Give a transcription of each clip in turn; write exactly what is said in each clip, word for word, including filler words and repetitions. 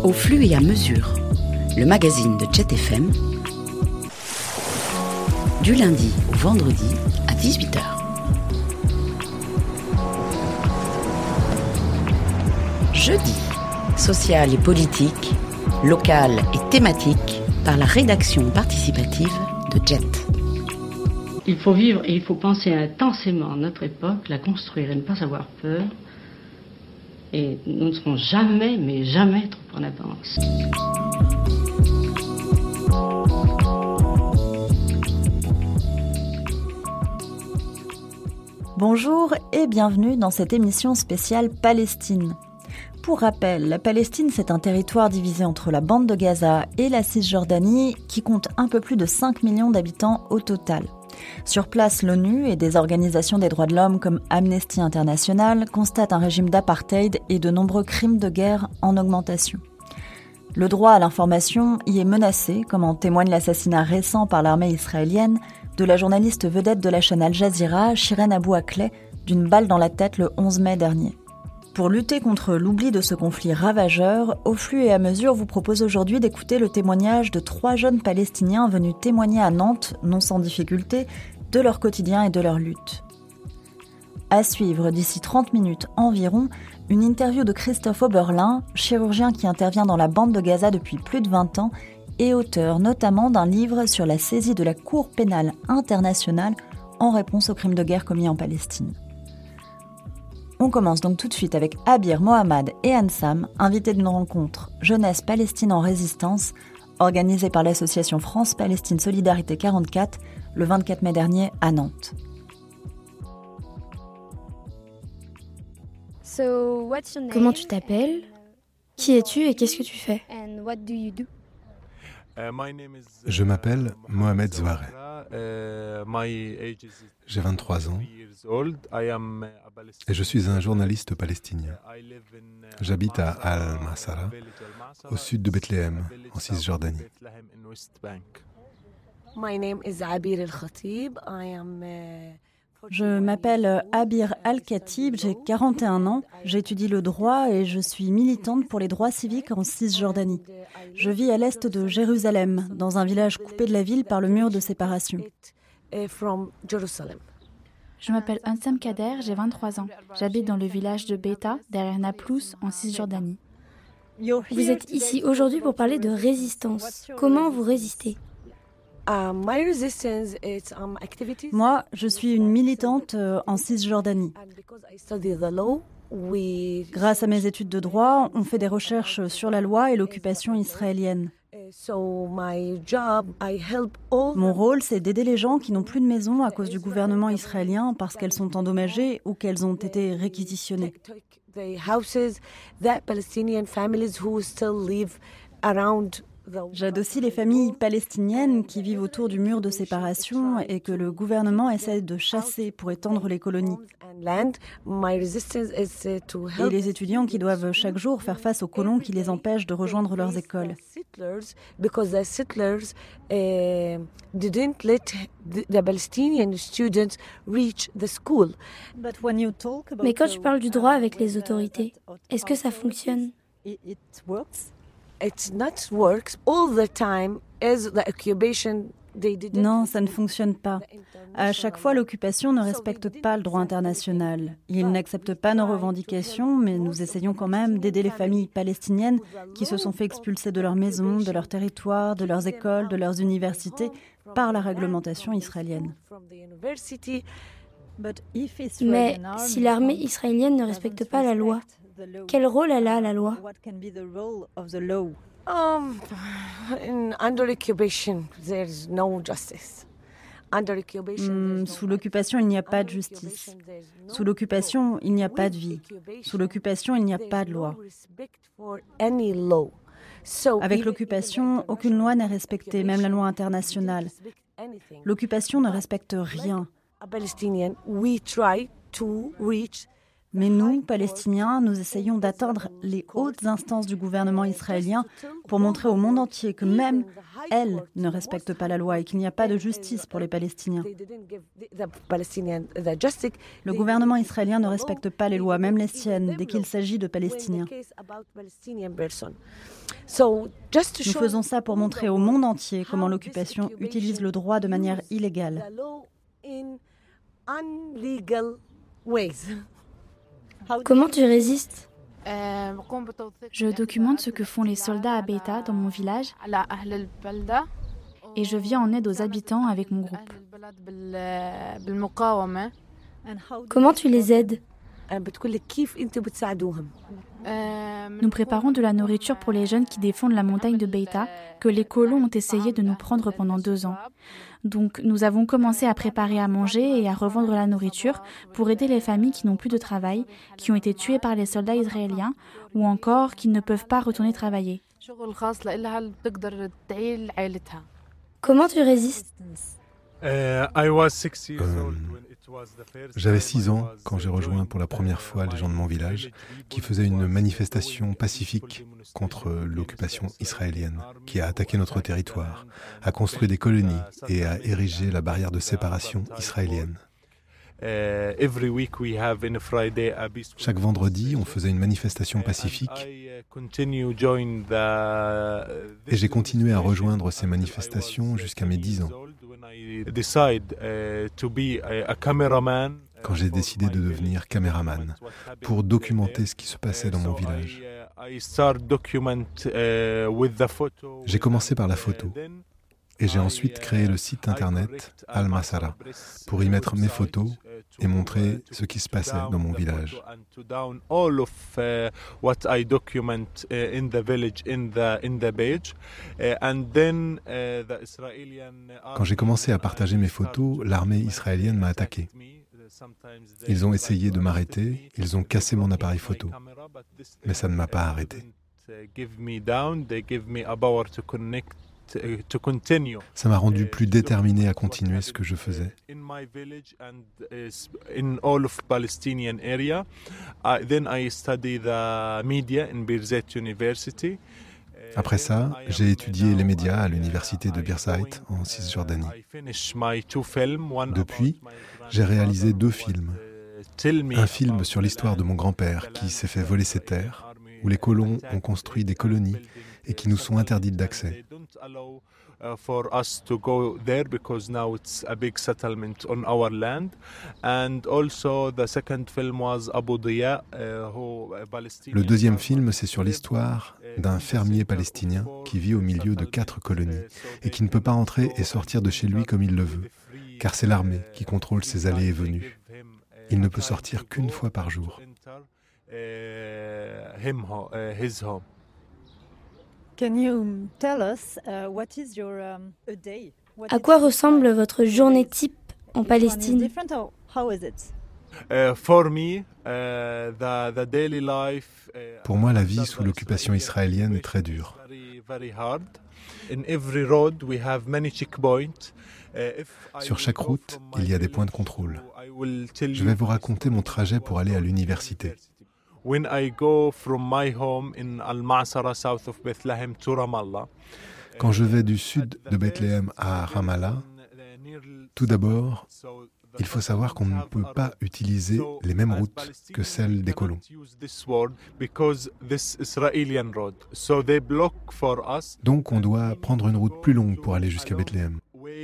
Au flux et à mesure, le magazine de Jet F M, du lundi au vendredi à dix-huit heures. Jeudi, social et politique, local et thématique, par la rédaction participative de Jet. Il faut vivre et il faut penser intensément notre époque, la construire et ne pas avoir peur. Et nous ne serons jamais, mais jamais trop en avance. Bonjour et bienvenue dans cette émission spéciale Palestine. Pour rappel, la Palestine, c'est un territoire divisé entre la bande de Gaza et la Cisjordanie qui compte un peu plus de cinq millions d'habitants au total. Sur place, l'ONU et des organisations des droits de l'homme comme Amnesty International constatent un régime d'apartheid et de nombreux crimes de guerre en augmentation. Le droit à l'information y est menacé, comme en témoigne l'assassinat récent par l'armée israélienne de la journaliste vedette de la chaîne Al Jazeera, Shirin Abu Akleh, d'une balle dans la tête le onze mai dernier. Pour lutter contre l'oubli de ce conflit ravageur, Au flux et à mesure vous propose aujourd'hui d'écouter le témoignage de trois jeunes Palestiniens venus témoigner à Nantes, non sans difficulté, de leur quotidien et de leur lutte. À suivre d'ici trente minutes environ, une interview de Christophe Oberlin, chirurgien qui intervient dans la bande de Gaza depuis plus de vingt ans et auteur notamment d'un livre sur la saisie de la Cour pénale internationale en réponse aux crimes de guerre commis en Palestine. On commence donc tout de suite avec Abir, Mohamed et Ansam, invités d'une rencontre Jeunesse Palestine en résistance, organisée par l'association France-Palestine Solidarité quarante-quatre, le vingt-quatre mai dernier à Nantes. Comment tu t'appelles ? Qui es-tu et qu'est-ce que tu fais ? Je m'appelle Mohamed Zouareh. J'ai vingt-trois ans et je suis un journaliste palestinien. J'habite à Al-Masara, au sud de Bethléem, en Cisjordanie. Je m'appelle Abir Al-Khatib, j'ai quarante et un ans, j'étudie le droit et je suis militante pour les droits civiques en Cisjordanie. Je vis à l'est de Jérusalem, dans un village coupé de la ville par le mur de séparation. Je m'appelle Ansam Kader, j'ai vingt-trois ans. J'habite dans le village de Beta, derrière Naplouse, en Cisjordanie. Vous êtes ici aujourd'hui pour parler de résistance. Comment vous résistez ? Moi, je suis une militante en Cisjordanie. Grâce à mes études de droit, on fait des recherches sur la loi et l'occupation israélienne. Mon rôle, c'est d'aider les gens qui n'ont plus de maison à cause du gouvernement israélien parce qu'elles sont endommagées ou qu'elles ont été réquisitionnées. J'aide aussi les familles palestiniennes qui vivent autour du mur de séparation et que le gouvernement essaie de chasser pour étendre les colonies. Et les étudiants qui doivent chaque jour faire face aux colons qui les empêchent de rejoindre leurs écoles. Mais quand tu parles du droit avec les autorités, est-ce que ça fonctionne ? Non, ça ne fonctionne pas. À chaque fois, l'occupation ne respecte pas le droit international. Ils n'acceptent pas nos revendications, mais nous essayons quand même d'aider les familles palestiniennes qui se sont fait expulser de leur maison, de leur territoire, de leurs écoles, de leurs universités, par la réglementation israélienne. Mais si l'armée israélienne ne respecte pas la loi, quel rôle elle a, la loi ? Um, in, under occupation, there's no justice. Under occupation, mm, sous l'occupation, il n'y a pas de justice. Sous l'occupation, il n'y a pas de vie. Sous l'occupation, il n'y a pas de loi. Avec l'occupation, aucune loi n'est respectée, même la loi internationale. L'occupation ne respecte rien. Mais nous, Palestiniens, nous essayons d'atteindre les hautes instances du gouvernement israélien pour montrer au monde entier que même elles ne respectent pas la loi et qu'il n'y a pas de justice pour les Palestiniens. Le gouvernement israélien ne respecte pas les lois, même les siennes, dès qu'il s'agit de Palestiniens. Nous faisons ça pour montrer au monde entier comment l'occupation utilise le droit de manière illégale. Comment tu résistes ? Je documente ce que font les soldats à Beita dans mon village et je viens en aide aux habitants avec mon groupe. Comment tu les aides ? Nous préparons de la nourriture pour les jeunes qui défendent la montagne de Beita que les colons ont essayé de nous prendre pendant deux ans. Donc nous avons commencé à préparer à manger et à revendre la nourriture pour aider les familles qui n'ont plus de travail, qui ont été tuées par les soldats israéliens ou encore qui ne peuvent pas retourner travailler. Comment tu résistes ? Euh, J'avais six ans quand j'ai rejoint pour la première fois les gens de mon village qui faisaient une manifestation pacifique contre l'occupation israélienne qui a attaqué notre territoire, a construit des colonies et a érigé la barrière de séparation israélienne. Chaque vendredi, on faisait une manifestation pacifique et j'ai continué à rejoindre ces manifestations jusqu'à mes dix ans. Quand j'ai décidé de devenir caméraman pour documenter ce qui se passait dans mon village. J'ai commencé par la photo et j'ai ensuite créé le site internet Al-Masara pour y mettre mes photos et montrer ce qui se passait dans mon village. Quand j'ai commencé à partager mes photos, l'armée israélienne m'a attaqué. Ils ont essayé de m'arrêter, ils ont cassé mon appareil photo, mais ça ne m'a pas arrêté. Ça m'a rendu plus déterminé à continuer ce que je faisais. Après ça, j'ai étudié les médias à l'université de Birzeit en Cisjordanie. Depuis, j'ai réalisé deux films. Un film sur l'histoire de mon grand-père qui s'est fait voler ses terres, où les colons ont construit des colonies et qui nous sont interdites d'accès. Le deuxième film, c'est sur l'histoire d'un fermier palestinien qui vit au milieu de quatre colonies et qui ne peut pas entrer et sortir de chez lui comme il le veut, car c'est l'armée qui contrôle ses allées et venues. Il ne peut sortir qu'une fois par jour. À quoi ressemble votre journée type en Palestine ? Pour moi, la vie sous l'occupation israélienne est très dure. Sur chaque route, il y a des points de contrôle. Je vais vous raconter mon trajet pour aller à l'université. Quand je vais du sud de Bethléem à Ramallah, tout d'abord, il faut savoir qu'on ne peut pas utiliser les mêmes routes que celles des colons. Donc on doit prendre une route plus longue pour aller jusqu'à Bethléem.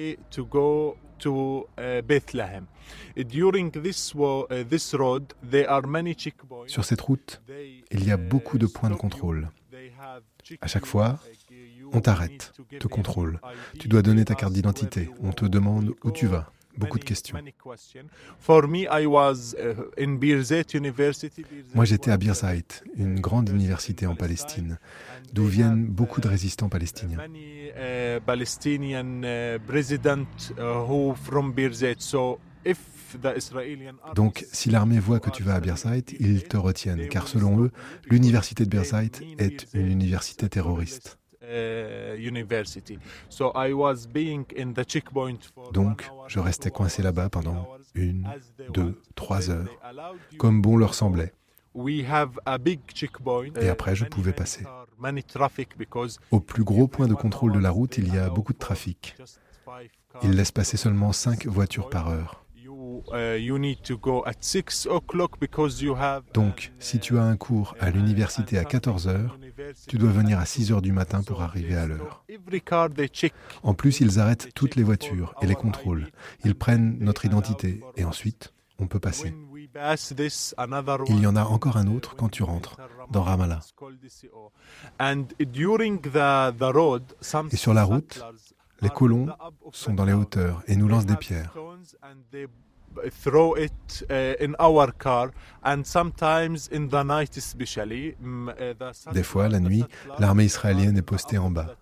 Sur cette route, il y a beaucoup de points de contrôle. À chaque fois, on t'arrête, te contrôle. Tu dois donner ta carte d'identité. On te demande où tu vas. Beaucoup de questions. Moi, j'étais à Birzeit, une grande université en Palestine, d'où viennent beaucoup de résistants palestiniens. Donc, si l'armée voit que tu vas à Birzeit, ils te retiennent, car selon eux, l'université de Birzeit est une université terroriste. Donc, je restais coincé là-bas pendant une, deux, trois heures, comme bon leur semblait. Et après, je pouvais passer. Au plus gros point de contrôle de la route, il y a beaucoup de trafic. Ils laissent passer seulement cinq voitures par heure. Donc, si tu as un cours à l'université à quatorze heures, tu dois venir à six heures du matin pour arriver à l'heure. En plus, ils arrêtent toutes les voitures et les contrôlent. Ils prennent notre identité et ensuite, on peut passer. Il y en a encore un autre quand tu rentres, dans Ramallah. Et sur la route, les colons sont dans les hauteurs et nous lancent des pierres. Des fois, la nuit, l'armée israélienne est postée en bas.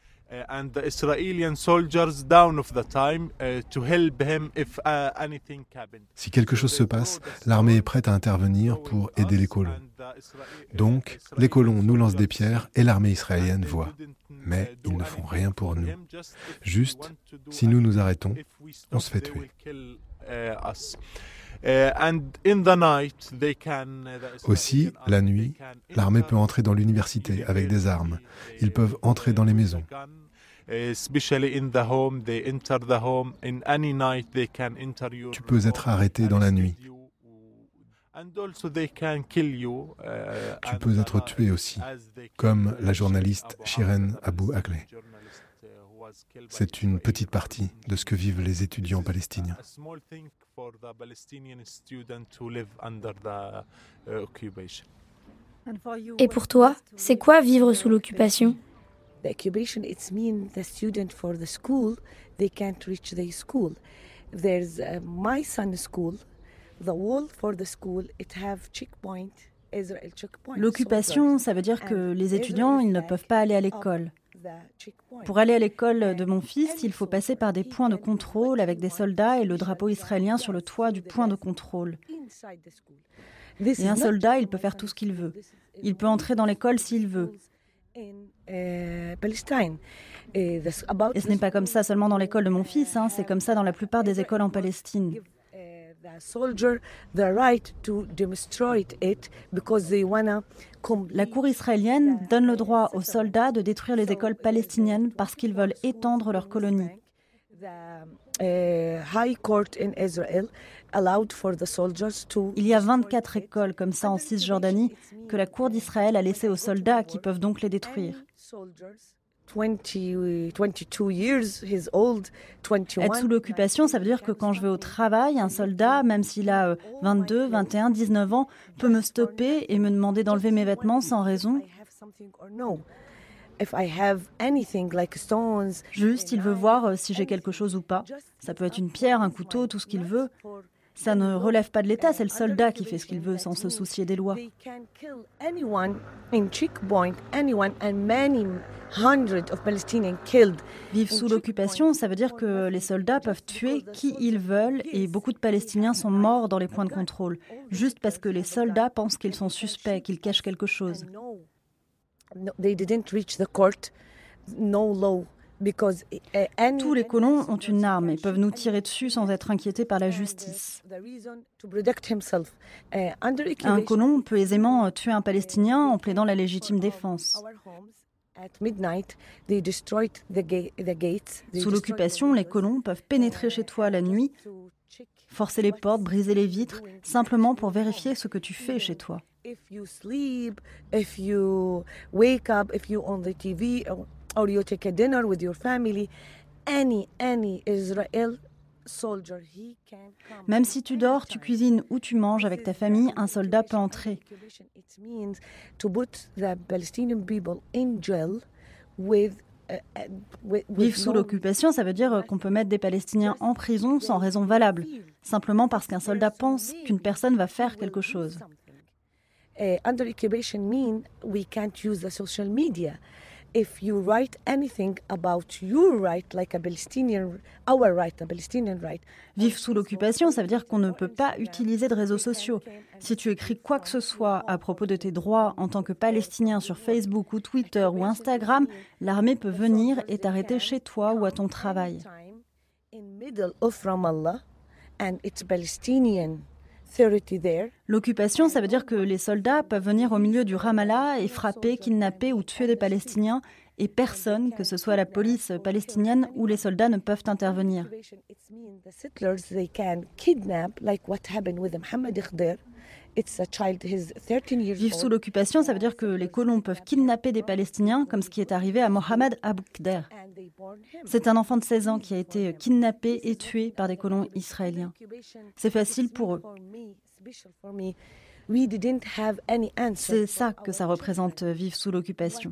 Si quelque chose se passe, l'armée est prête à intervenir pour aider les colons. Donc, les colons nous lancent des pierres et l'armée israélienne voit. Mais ils ne font rien pour nous. Juste, si nous nous arrêtons, on se fait tuer. Aussi, la nuit, l'armée peut entrer dans l'université avec des armes. Ils peuvent entrer dans les maisons. Tu peux être arrêté dans la nuit. Tu peux être tué aussi, comme la journaliste Shiren Abu Akleh. C'est une petite partie de ce que vivent les étudiants palestiniens. Et pour toi, c'est quoi vivre sous l'occupation ? The occupation, it means the student for the school, they can't reach the school. There's uh, my son's school, the wall for the school, it have checkpoint, Israel checkpoint. L'occupation, ça veut dire que les étudiants, ils ne peuvent pas aller à l'école. Pour aller à l'école de mon fils, il faut passer par des points de contrôle avec des soldats et le drapeau israélien sur le toit du point de contrôle. Et un soldat, il peut faire tout ce qu'il veut. Il peut entrer dans l'école s'il veut. Et ce n'est pas comme ça seulement dans l'école de mon fils, hein, c'est comme ça dans la plupart des écoles en Palestine. La cour israélienne donne le droit aux soldats de détruire les écoles palestiniennes parce qu'ils veulent étendre leur colonie. Il y a vingt-quatre écoles comme ça en Cisjordanie que la cour d'Israël a laissées aux soldats qui peuvent donc les détruire. Être sous l'occupation, ça veut dire que quand je vais au travail, un soldat, même s'il a vingt-deux, vingt et un, dix-neuf ans, peut me stopper et me demander d'enlever mes vêtements sans raison. Juste, il veut voir si j'ai quelque chose ou pas. Ça peut être une pierre, un couteau, tout ce qu'il veut. Ça ne relève pas de l'État, c'est le soldat qui fait ce qu'il veut sans se soucier des lois. Vivre sous l'occupation, ça veut dire que les soldats peuvent tuer qui ils veulent et beaucoup de Palestiniens sont morts dans les points de contrôle, juste parce que les soldats pensent qu'ils sont suspects, qu'ils cachent quelque chose. Tous les colons ont une arme et peuvent nous tirer dessus sans être inquiétés par la justice. Un colon peut aisément tuer un Palestinien en plaidant la légitime défense. Sous l'occupation, les colons peuvent pénétrer chez toi la nuit, forcer les portes, briser les vitres, simplement pour vérifier ce que tu fais chez toi. Or you take a dinner with your family, any, any Israel soldier, he can come. Même si tu dors, tu cuisines ou tu manges avec ta famille, un soldat peut entrer. It means to put the Palestinian people in jail with Vivre sous l'occupation, ça veut dire qu'on peut mettre des Palestiniens en prison sans raison valable, simplement parce qu'un soldat pense qu'une personne va faire quelque chose. Uh, under occupation mean we can't use the social media. If you write anything about your right, like a Palestinian, our right, a Palestinian right. Vivre sous l'occupation, ça veut dire qu'on ne peut pas utiliser de réseaux sociaux. Si tu écris quoi que ce soit à propos de tes droits en tant que Palestinien sur Facebook ou Twitter ou Instagram, l'armée peut venir et t'arrêter chez toi ou à ton travail. In middle of Ramallah, and it's Palestinian. L'occupation, ça veut dire que les soldats peuvent venir au milieu du Ramallah et frapper, kidnapper ou tuer des Palestiniens et personne, que ce soit la police palestinienne ou les soldats, ne peuvent intervenir. Vivre sous l'occupation, ça veut dire que les colons peuvent kidnapper des Palestiniens, comme ce qui est arrivé à Mohamed Abou Khder. C'est un enfant de seize ans qui a été kidnappé et tué par des colons israéliens. C'est facile pour eux. C'est ça que ça représente, vivre sous l'occupation.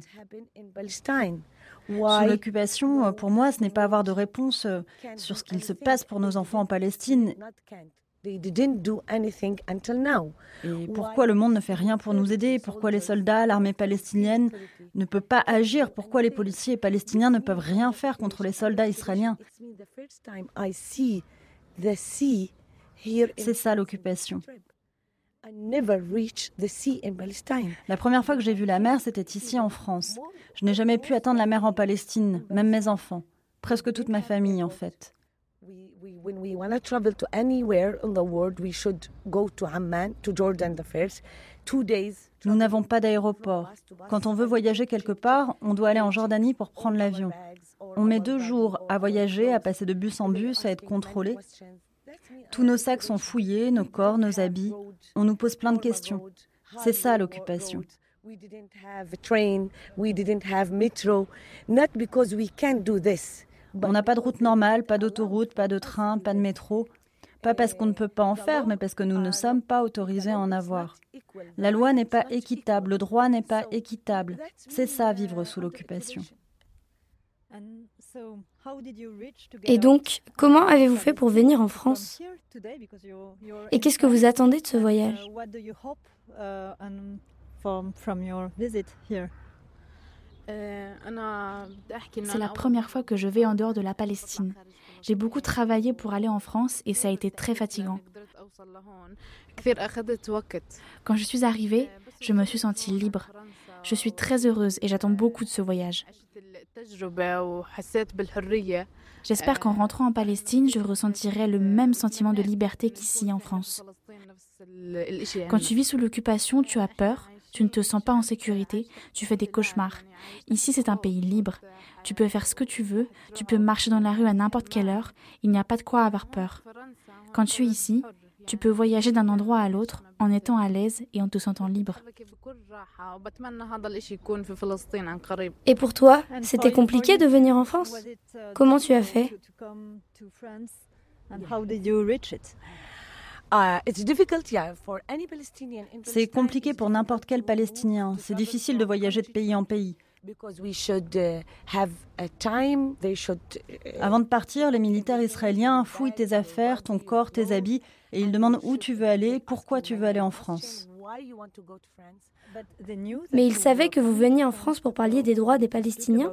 Sous l'occupation, pour moi, ce n'est pas avoir de réponse sur ce qu'il se passe pour nos enfants en Palestine. Et pourquoi le monde ne fait rien pour nous aider? Pourquoi les soldats, l'armée palestinienne ne peut pas agir? Pourquoi les policiers palestiniens ne peuvent rien faire contre les soldats israéliens? C'est ça l'occupation. La première fois que j'ai vu la mer, c'était ici en France. Je n'ai jamais pu atteindre la mer en Palestine, même mes enfants. Presque toute ma famille, en fait. When we want to travel to anywhere in the world, we should go to Amman, to Jordan the first. Two days. Nous n'avons pas d'aéroport. Quand on veut voyager quelque part, on doit aller en Jordanie pour prendre l'avion. On met deux jours à voyager, à passer de bus en bus, à être contrôlé. Tous nos sacs sont fouillés, nos corps, nos habits. On nous pose plein de questions. C'est ça l'occupation. We didn't have a train, we didn't have metro, not because we can't do this. On n'a pas de route normale, pas d'autoroute, pas de train, pas de métro. Pas parce qu'on ne peut pas en faire, mais parce que nous ne sommes pas autorisés à en avoir. La loi n'est pas équitable, le droit n'est pas équitable. C'est ça, vivre sous l'occupation. Et donc, comment avez-vous fait pour venir en France? Et qu'est-ce que vous attendez de ce voyage? C'est la première fois que je vais en dehors de la Palestine. J'ai beaucoup travaillé pour aller en France et ça a été très fatigant. Quand je suis arrivée, je me suis sentie libre. Je suis très heureuse et j'attends beaucoup de ce voyage. J'espère qu'en rentrant en Palestine, je ressentirai le même sentiment de liberté qu'ici en France. Quand tu vis sous l'occupation, tu as peur. Tu ne te sens pas en sécurité, tu fais des cauchemars. Ici, c'est un pays libre. Tu peux faire ce que tu veux, tu peux marcher dans la rue à n'importe quelle heure, il n'y a pas de quoi avoir peur. Quand tu es ici, tu peux voyager d'un endroit à l'autre en étant à l'aise et en te sentant libre. Et pour toi, c'était compliqué de venir en France? Comment tu as fait? C'est compliqué pour n'importe quel Palestinien. C'est difficile de voyager de pays en pays. Avant de partir, les militaires israéliens fouillent tes affaires, ton corps, tes habits, et ils demandent où tu veux aller, pourquoi tu veux aller en France. Mais ils savaient que vous veniez en France pour parler des droits des Palestiniens?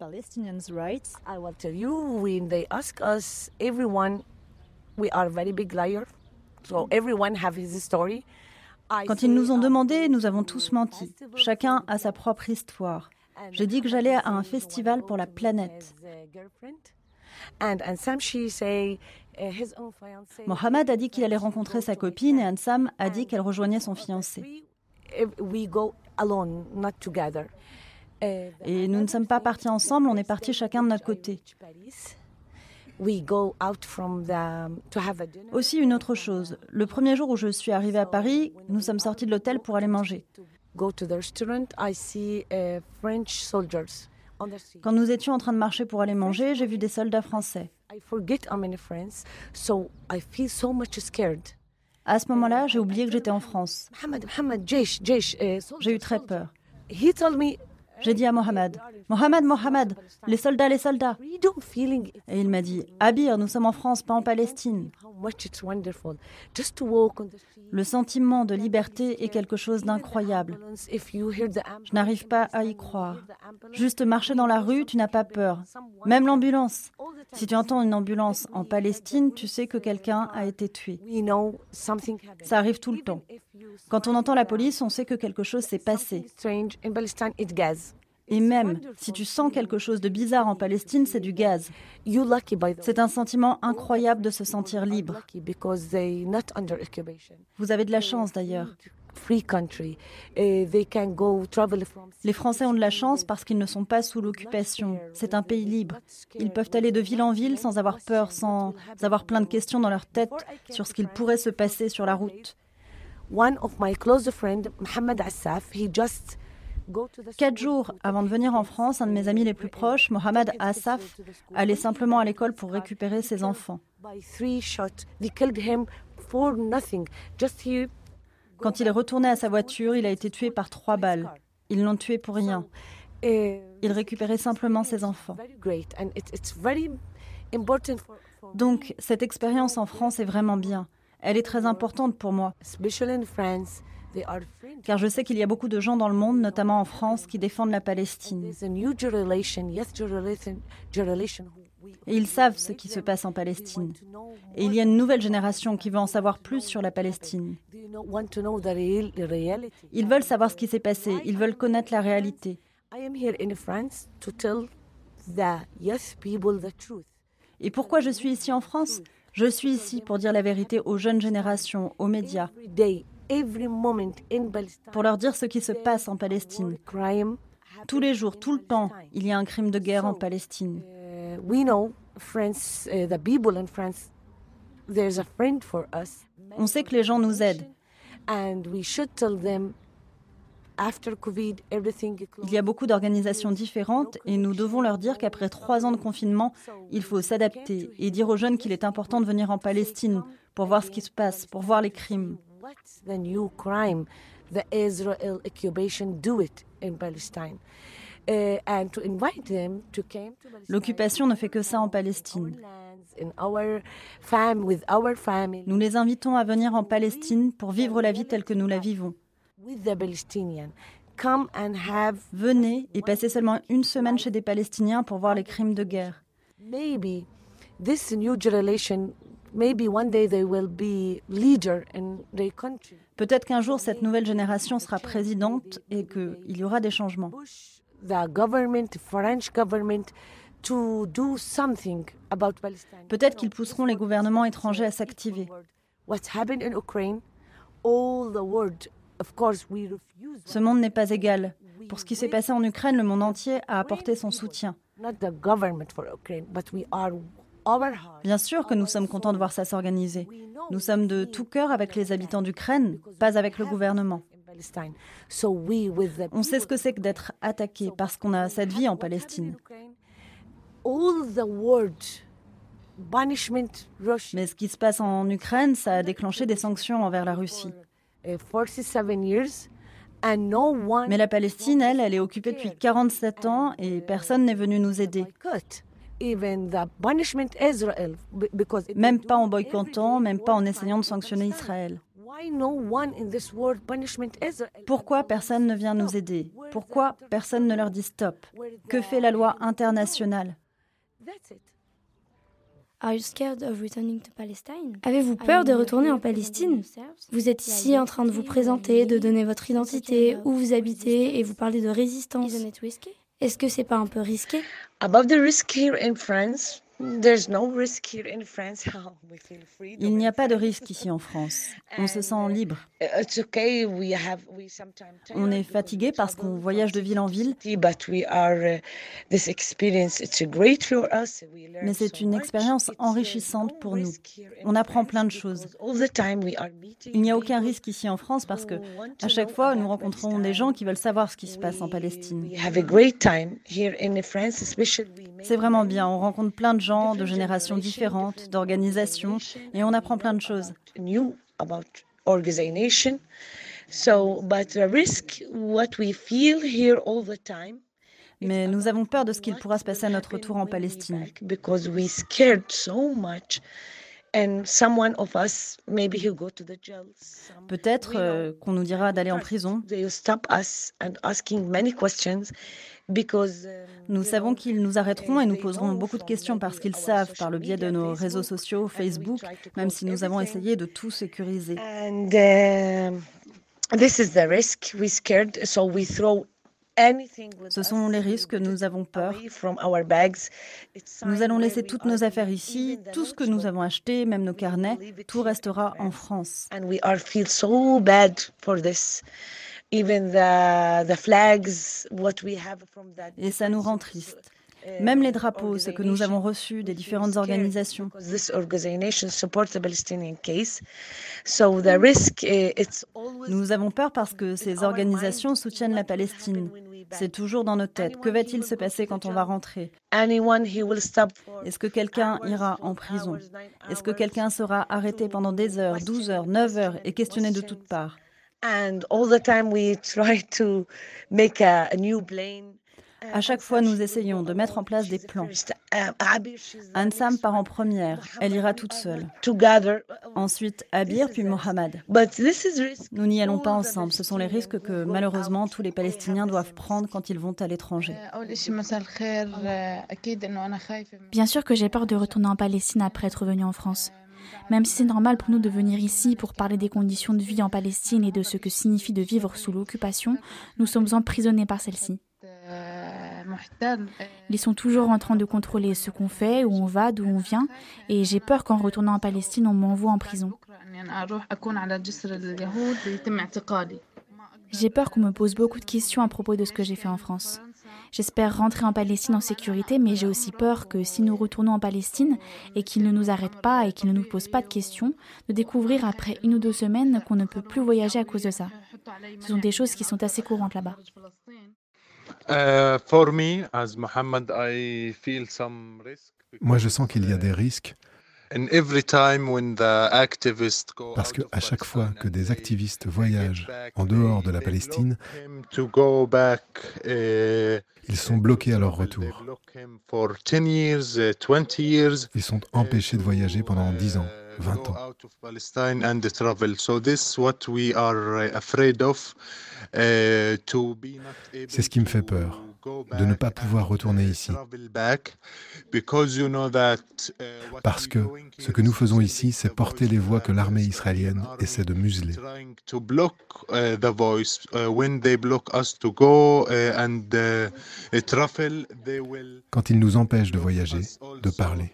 Quand ils nous ont demandé, nous avons tous menti. Chacun a sa propre histoire. J'ai dit que j'allais à un festival pour la planète. Mohamed a dit qu'il allait rencontrer sa copine et Ansam a dit qu'elle rejoignait son fiancé. Et nous ne sommes pas partis ensemble, on est partis chacun de notre côté. Aussi une autre chose, le premier jour où je suis arrivée à Paris, nous sommes sortis de l'hôtel pour aller manger. Quand nous étions en train de marcher pour aller manger, j'ai vu des soldats français. À ce moment-là, j'ai oublié que j'étais en France. J'ai eu très peur. J'ai dit à Mohamed, « Mohamed, Mohamed, les soldats, les soldats !» Et il m'a dit, « Abir, nous sommes en France, pas en Palestine. » Le sentiment de liberté est quelque chose d'incroyable. Je n'arrive pas à y croire. Juste marcher dans la rue, tu n'as pas peur. Même l'ambulance. Si tu entends une ambulance en Palestine, tu sais que quelqu'un a été tué. Ça arrive tout le temps. Quand on entend la police, on sait que quelque chose s'est passé. Et même, si tu sens quelque chose de bizarre en Palestine, c'est du gaz. C'est un sentiment incroyable de se sentir libre. Vous avez de la chance d'ailleurs. Les Français ont de la chance parce qu'ils ne sont pas sous l'occupation. C'est un pays libre. Ils peuvent aller de ville en ville sans avoir peur, sans avoir plein de questions dans leur tête sur ce qu'il pourrait se passer sur la route. Quatre jours avant de venir en France, un de mes amis les plus proches, Mohamed Assaf, allait simplement à l'école pour récupérer ses enfants. Quand il est retourné à sa voiture, il a été tué par trois balles. Ils l'ont tué pour rien. Il récupérait simplement ses enfants. Donc, cette expérience en France est vraiment bien. Elle est très importante pour moi. Car je sais qu'il y a beaucoup de gens dans le monde, notamment en France, qui défendent la Palestine. Et ils savent ce qui se passe en Palestine. Et il y a une nouvelle génération qui veut en savoir plus sur la Palestine. Ils veulent savoir ce qui s'est passé, ils veulent connaître la réalité. Et pourquoi je suis ici en France ? Je suis ici pour dire la vérité aux jeunes générations, aux médias, pour leur dire ce qui se passe en Palestine. Tous les jours, tout le temps, il y a un crime de guerre en Palestine. On sait que les gens nous aident. Il y a beaucoup d'organisations différentes et nous devons leur dire qu'après trois ans de confinement, il faut s'adapter et dire aux jeunes qu'il est important de venir en Palestine pour voir ce qui se passe, pour voir les crimes. L'occupation ne fait que ça en Palestine. Nous les invitons à venir en Palestine pour vivre la vie telle que nous la vivons. Venez et passez seulement une semaine chez des Palestiniens pour voir les crimes de guerre. Peut-être qu'un jour cette nouvelle génération sera présidente et qu'il y aura des changements. Peut-être qu'ils pousseront les gouvernements étrangers à s'activer. Ce monde n'est pas égal. Pour ce qui s'est passé en Ukraine, le monde entier a apporté son soutien. Bien sûr que nous sommes contents de voir ça s'organiser. Nous sommes de tout cœur avec les habitants d'Ukraine, pas avec le gouvernement. On sait ce que c'est que d'être attaqué parce qu'on a cette vie en Palestine. Mais ce qui se passe en Ukraine, ça a déclenché des sanctions envers la Russie. Mais la Palestine, elle, elle est occupée depuis quarante-sept ans et personne n'est venu nous aider. Même pas en boycottant, même pas en essayant de sanctionner Israël. Pourquoi personne ne vient nous aider ? Pourquoi personne ne leur dit stop ? Que fait la loi internationale ? Avez-vous peur de retourner en Palestine ? Vous êtes ici en train de vous présenter, de donner votre identité, où vous habitez et vous parlez de résistance. Est-ce que c'est pas un peu risqué ? Il n'y a pas de risque ici en France. On se sent libre. On est fatigué parce qu'on voyage de ville en ville. Mais c'est une expérience enrichissante pour nous. On apprend plein de choses. Il n'y a aucun risque ici en France parce que à chaque fois, nous rencontrons des gens qui veulent savoir ce qui se passe en Palestine. C'est vraiment bien. On rencontre plein de gens de générations différentes, d'organisations, et on apprend plein de choses. Mais nous avons peur de ce qu'il pourra se passer à notre retour en Palestine. Peut-être euh, qu'on nous dira d'aller en prison. Nous savons qu'ils nous arrêteront et nous poseront beaucoup de questions parce qu'ils savent, par le biais de nos réseaux sociaux, Facebook, même si nous avons essayé de tout sécuriser. Ce sont les risques, nous avons peur. Nous allons laisser toutes nos affaires ici, tout ce que nous avons acheté, même nos carnets, tout restera en France. Et ça nous rend tristes. Même les drapeaux, ce que nous avons reçus des différentes organisations. Nous avons peur parce que ces organisations soutiennent la Palestine. C'est toujours dans nos têtes. Que va-t-il se passer quand on va rentrer? Est-ce que quelqu'un ira en prison? Est-ce que quelqu'un sera arrêté pendant des heures, douze heures, neuf heures et questionné de toutes parts? À chaque fois, nous essayons de mettre en place des plans. Ansam part en première. Elle ira toute seule. Ensuite, Abir, puis Mohamed. Nous n'y allons pas ensemble. Ce sont les risques que, malheureusement, tous les Palestiniens doivent prendre quand ils vont à l'étranger. Bien sûr que j'ai peur de retourner en Palestine après être venue en France. Même si c'est normal pour nous de venir ici pour parler des conditions de vie en Palestine et de ce que signifie de vivre sous l'occupation, nous sommes emprisonnés par celle-ci. Ils sont toujours en train de contrôler ce qu'on fait, où on va, d'où on vient, et j'ai peur qu'en retournant en Palestine, on m'envoie en prison. J'ai peur qu'on me pose beaucoup de questions à propos de ce que j'ai fait en France. J'espère rentrer en Palestine en sécurité, mais j'ai aussi peur que si nous retournons en Palestine et qu'ils ne nous arrêtent pas et qu'ils ne nous posent pas de questions, de découvrir après une ou deux semaines qu'on ne peut plus voyager à cause de ça. Ce sont des choses qui sont assez courantes là-bas. Moi, je sens qu'il y a des risques. Parce qu'à chaque fois que des activistes voyagent en dehors de la Palestine, ils sont bloqués à leur retour. Ils sont empêchés de voyager pendant dix ans, vingt ans. C'est ce qui me fait peur, de ne pas pouvoir retourner ici. Parce que ce que nous faisons ici, c'est porter les voix que l'armée israélienne essaie de museler. Quand ils nous empêchent de voyager, de parler.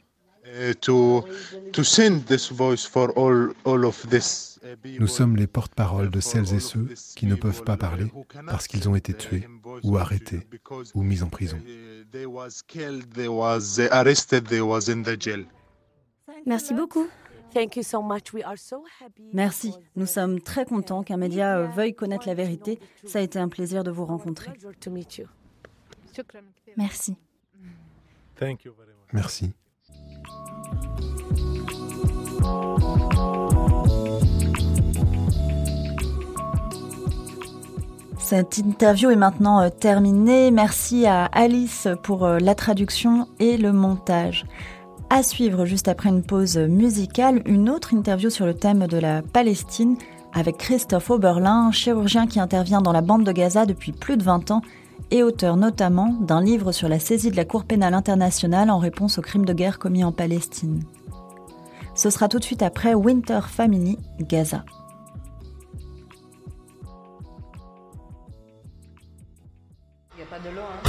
Nous sommes les porte-paroles de celles et ceux qui ne peuvent pas parler parce qu'ils ont été tués ou arrêtés ou mis en prison. Merci beaucoup. Merci. Nous sommes très contents qu'un média veuille connaître la vérité. Ça a été un plaisir de vous rencontrer. Merci. Merci. Cette interview est maintenant euh, terminée. Merci à Alice pour euh, la traduction et le montage. À suivre juste après une pause musicale, une autre interview sur le thème de la Palestine avec Christophe Oberlin, chirurgien qui intervient dans la bande de Gaza depuis plus de vingt ans et auteur notamment d'un livre sur la saisie de la Cour pénale internationale en réponse aux crimes de guerre commis en Palestine. Ce sera tout de suite après Winter Family, Gaza. Il n'y a pas de l'eau, hein.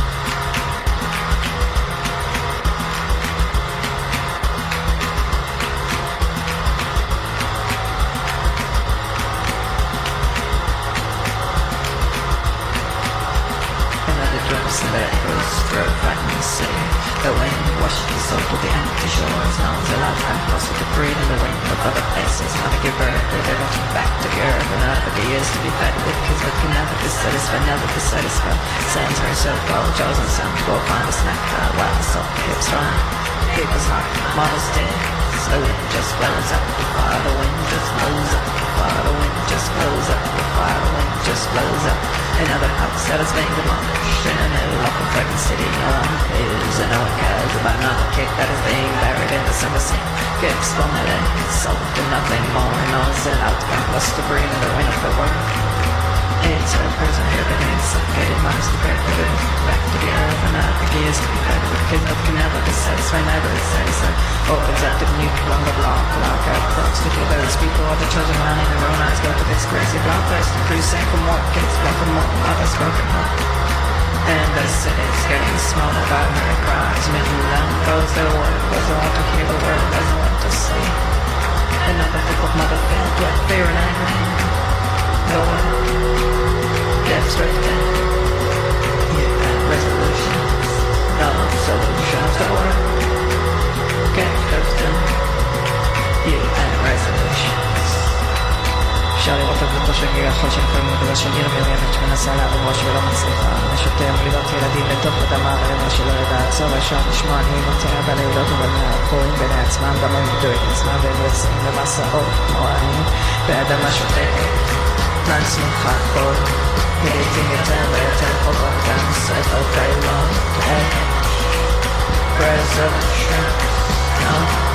That goes through frightening sea. The wind washes over the empty shores. Now the lifetime plus with the breed and the wind of other places. Not a giver, they're rotting back to the earth. Another the years to be fed with kids that can never be satisfied, never be satisfied. Sends her so cold, chosen son to go find a snack car while the sun keeps running. People's heart, models dead. So the wind just blows up the fire. The wind just blows up the fire. The wind just blows up the fire. The wind just blows up. Another house that has been demolished in a new location. fucking city. No one is and no one cares about another kick that is being buried in the summer sea. Gifts vomited, sold to nothing more. No one's allowed to come close to breathe in the wind of the world. It's a prison here beneath suffocated minds to break the roof. Back to the earth and out the gears to be fed with kids that can never be satisfied, never is satisfied. Opens up the new longer block, lock out clocks to kill those people or the children running their own eyes. Go to this crazy block, first and crusade for more kids, block for more others broken heart. And the city's getting smaller by her cries. Midland goes the word, doesn't want to hear the word, doesn't want to see. Another book of mother filled with fear and anger. No one gets written. You have resolutions, no solutions. No one gets written. You have resolutions. شاري وطب الطشقي خشن في المدرسين يوميات من السلام ومش ولا مصيفة نشوف يوم لغتي لدي لتوقف دماغ المش لغدا سوى شان شماني متعب على ولاد ولا قوين بنات ما عندما يدوي اسمع بيبرسين لمسا أو مواني بعد ما شفتك ناس مخاطر هديتي متابعة الخبر كان السيف القيلون resolution no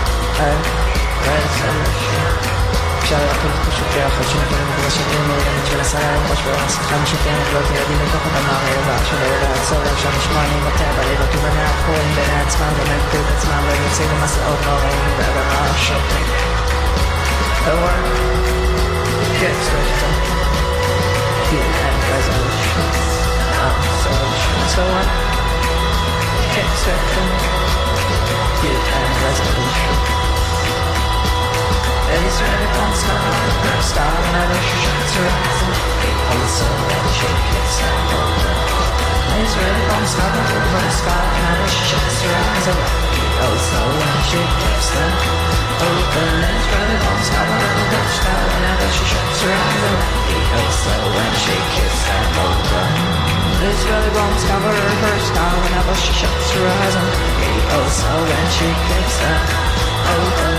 resolution شارع كل شفيع خشن في المدرسين يوميات من السلام ومش ولا مصيفة نشوف يوم لغتي لدي لتوقف دماغ يوضع شلو ولاد سوى شان شماني متعب على ولاد ولا قوين بنات ما عندما يدوي اسمع بيبرسين لمسا أو مواني بعد ما شفتك the world gets written. You have resolutions, no solutions. So what gets written? You have resolutions. Israeli comes down, first out, another shoots rising. Also, when she kicks that over. Israeli comes down, first out, another shoots rising. Also, when she kicks that open. Israeli comes down, first out, another she shuts her eyes away. Also when she kissed that over. Israeli bones cover her scar whenever she shuts her eyes away. Also when she kissed that over.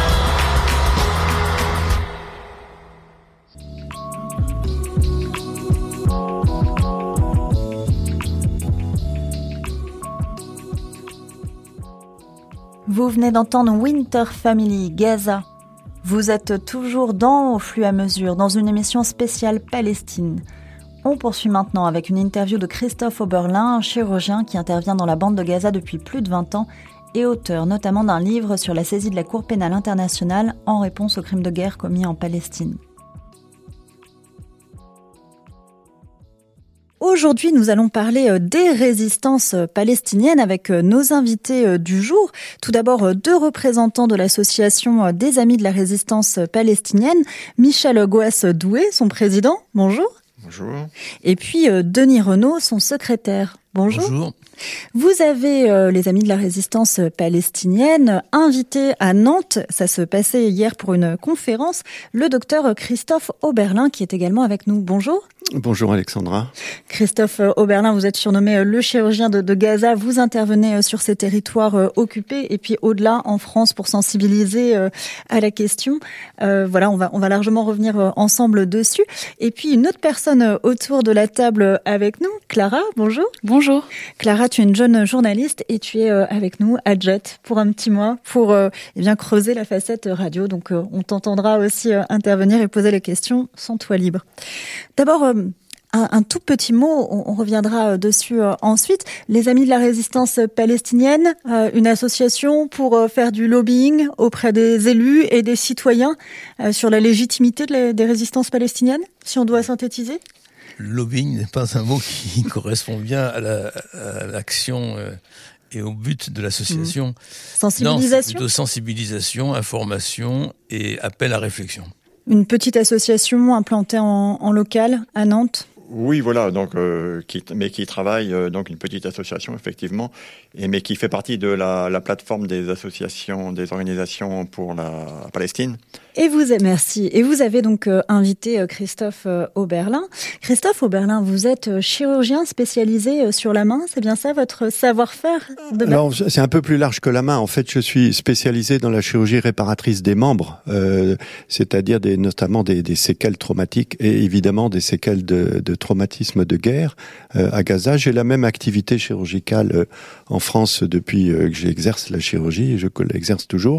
Vous venez d'entendre Winter Family, Gaza. Vous êtes toujours dans Au flux à mesure, dans une émission spéciale Palestine. On poursuit maintenant avec une interview de Christophe Oberlin, un chirurgien qui intervient dans la bande de Gaza depuis plus de vingt ans et auteur notamment d'un livre sur la saisie de la Cour pénale internationale en réponse aux crimes de guerre commis en Palestine. Aujourd'hui, nous allons parler des résistances palestiniennes avec nos invités du jour. Tout d'abord, deux représentants de l'association des Amis de la Résistance palestinienne. Michel Goas-Doué, son président. Bonjour. Bonjour. Et puis Denis Renaud, son secrétaire. Bonjour. Bonjour. Vous avez, euh, les Amis de la Résistance palestinienne, invité à Nantes, ça se passait hier pour une conférence, le docteur Christophe Oberlin qui est également avec nous. Bonjour. Bonjour Alexandra. Christophe Oberlin, vous êtes surnommé le chirurgien de, de Gaza. Vous intervenez sur ces territoires euh, occupés et puis au-delà en France pour sensibiliser euh, à la question. Euh, voilà, on va on va largement revenir euh, ensemble dessus. Et puis une autre personne euh, autour de la table avec nous, Clara. Bonjour. Bonjour. Clara, tu es une jeune journaliste et tu es euh, avec nous à Jet pour un petit mois pour euh, eh bien creuser la facette radio. Donc euh, on t'entendra aussi euh, intervenir et poser les questions sans toi libre. D'abord. Euh, Un, un tout petit mot, on, on reviendra dessus euh, ensuite. Les Amis de la Résistance palestinienne, euh, une association pour euh, faire du lobbying auprès des élus et des citoyens euh, sur la légitimité de la, des résistances palestiniennes, si on doit synthétiser. Lobbying n'est pas un mot qui correspond bien à, la, à l'action euh, et au but de l'association. Mmh. Sensibilisation. Non, c'est plutôt sensibilisation, information et appel à réflexion. Une petite association implantée en, en local à Nantes. Oui, voilà, donc, euh, qui, mais qui travaille, euh, donc une petite association, effectivement, et, mais qui fait partie de la, la plateforme des associations, des organisations pour la Palestine. Et vous, merci. Et vous avez donc euh, invité euh, Christophe euh, Oberlin. Christophe Oberlin, vous êtes euh, chirurgien spécialisé euh, sur la main, c'est bien ça, votre savoir-faire de main? Alors, c'est un peu plus large que la main. En fait, je suis spécialisé dans la chirurgie réparatrice des membres, euh, c'est-à-dire des, notamment des, des séquelles traumatiques et évidemment des séquelles de, de de traumatisme de guerre euh, à Gaza. J'ai la même activité chirurgicale euh, en France depuis euh, que j'exerce la chirurgie, et je l'exerce toujours.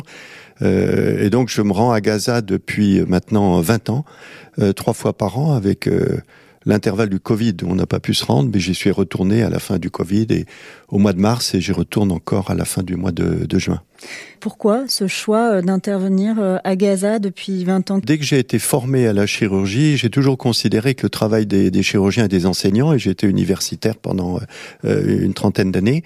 Euh, et donc je me rends à Gaza depuis maintenant vingt ans, euh, trois fois par an, avec euh, l'intervalle du Covid où on n'a pas pu se rendre, mais j'y suis retourné à la fin du Covid et au mois de mars, et j'y retourne encore à la fin du mois de, de juin. Pourquoi ce choix d'intervenir à Gaza depuis vingt ans ? Dès que j'ai été formé à la chirurgie, j'ai toujours considéré que le travail des, des chirurgiens et des enseignants, et j'ai été universitaire pendant euh, une trentaine d'années,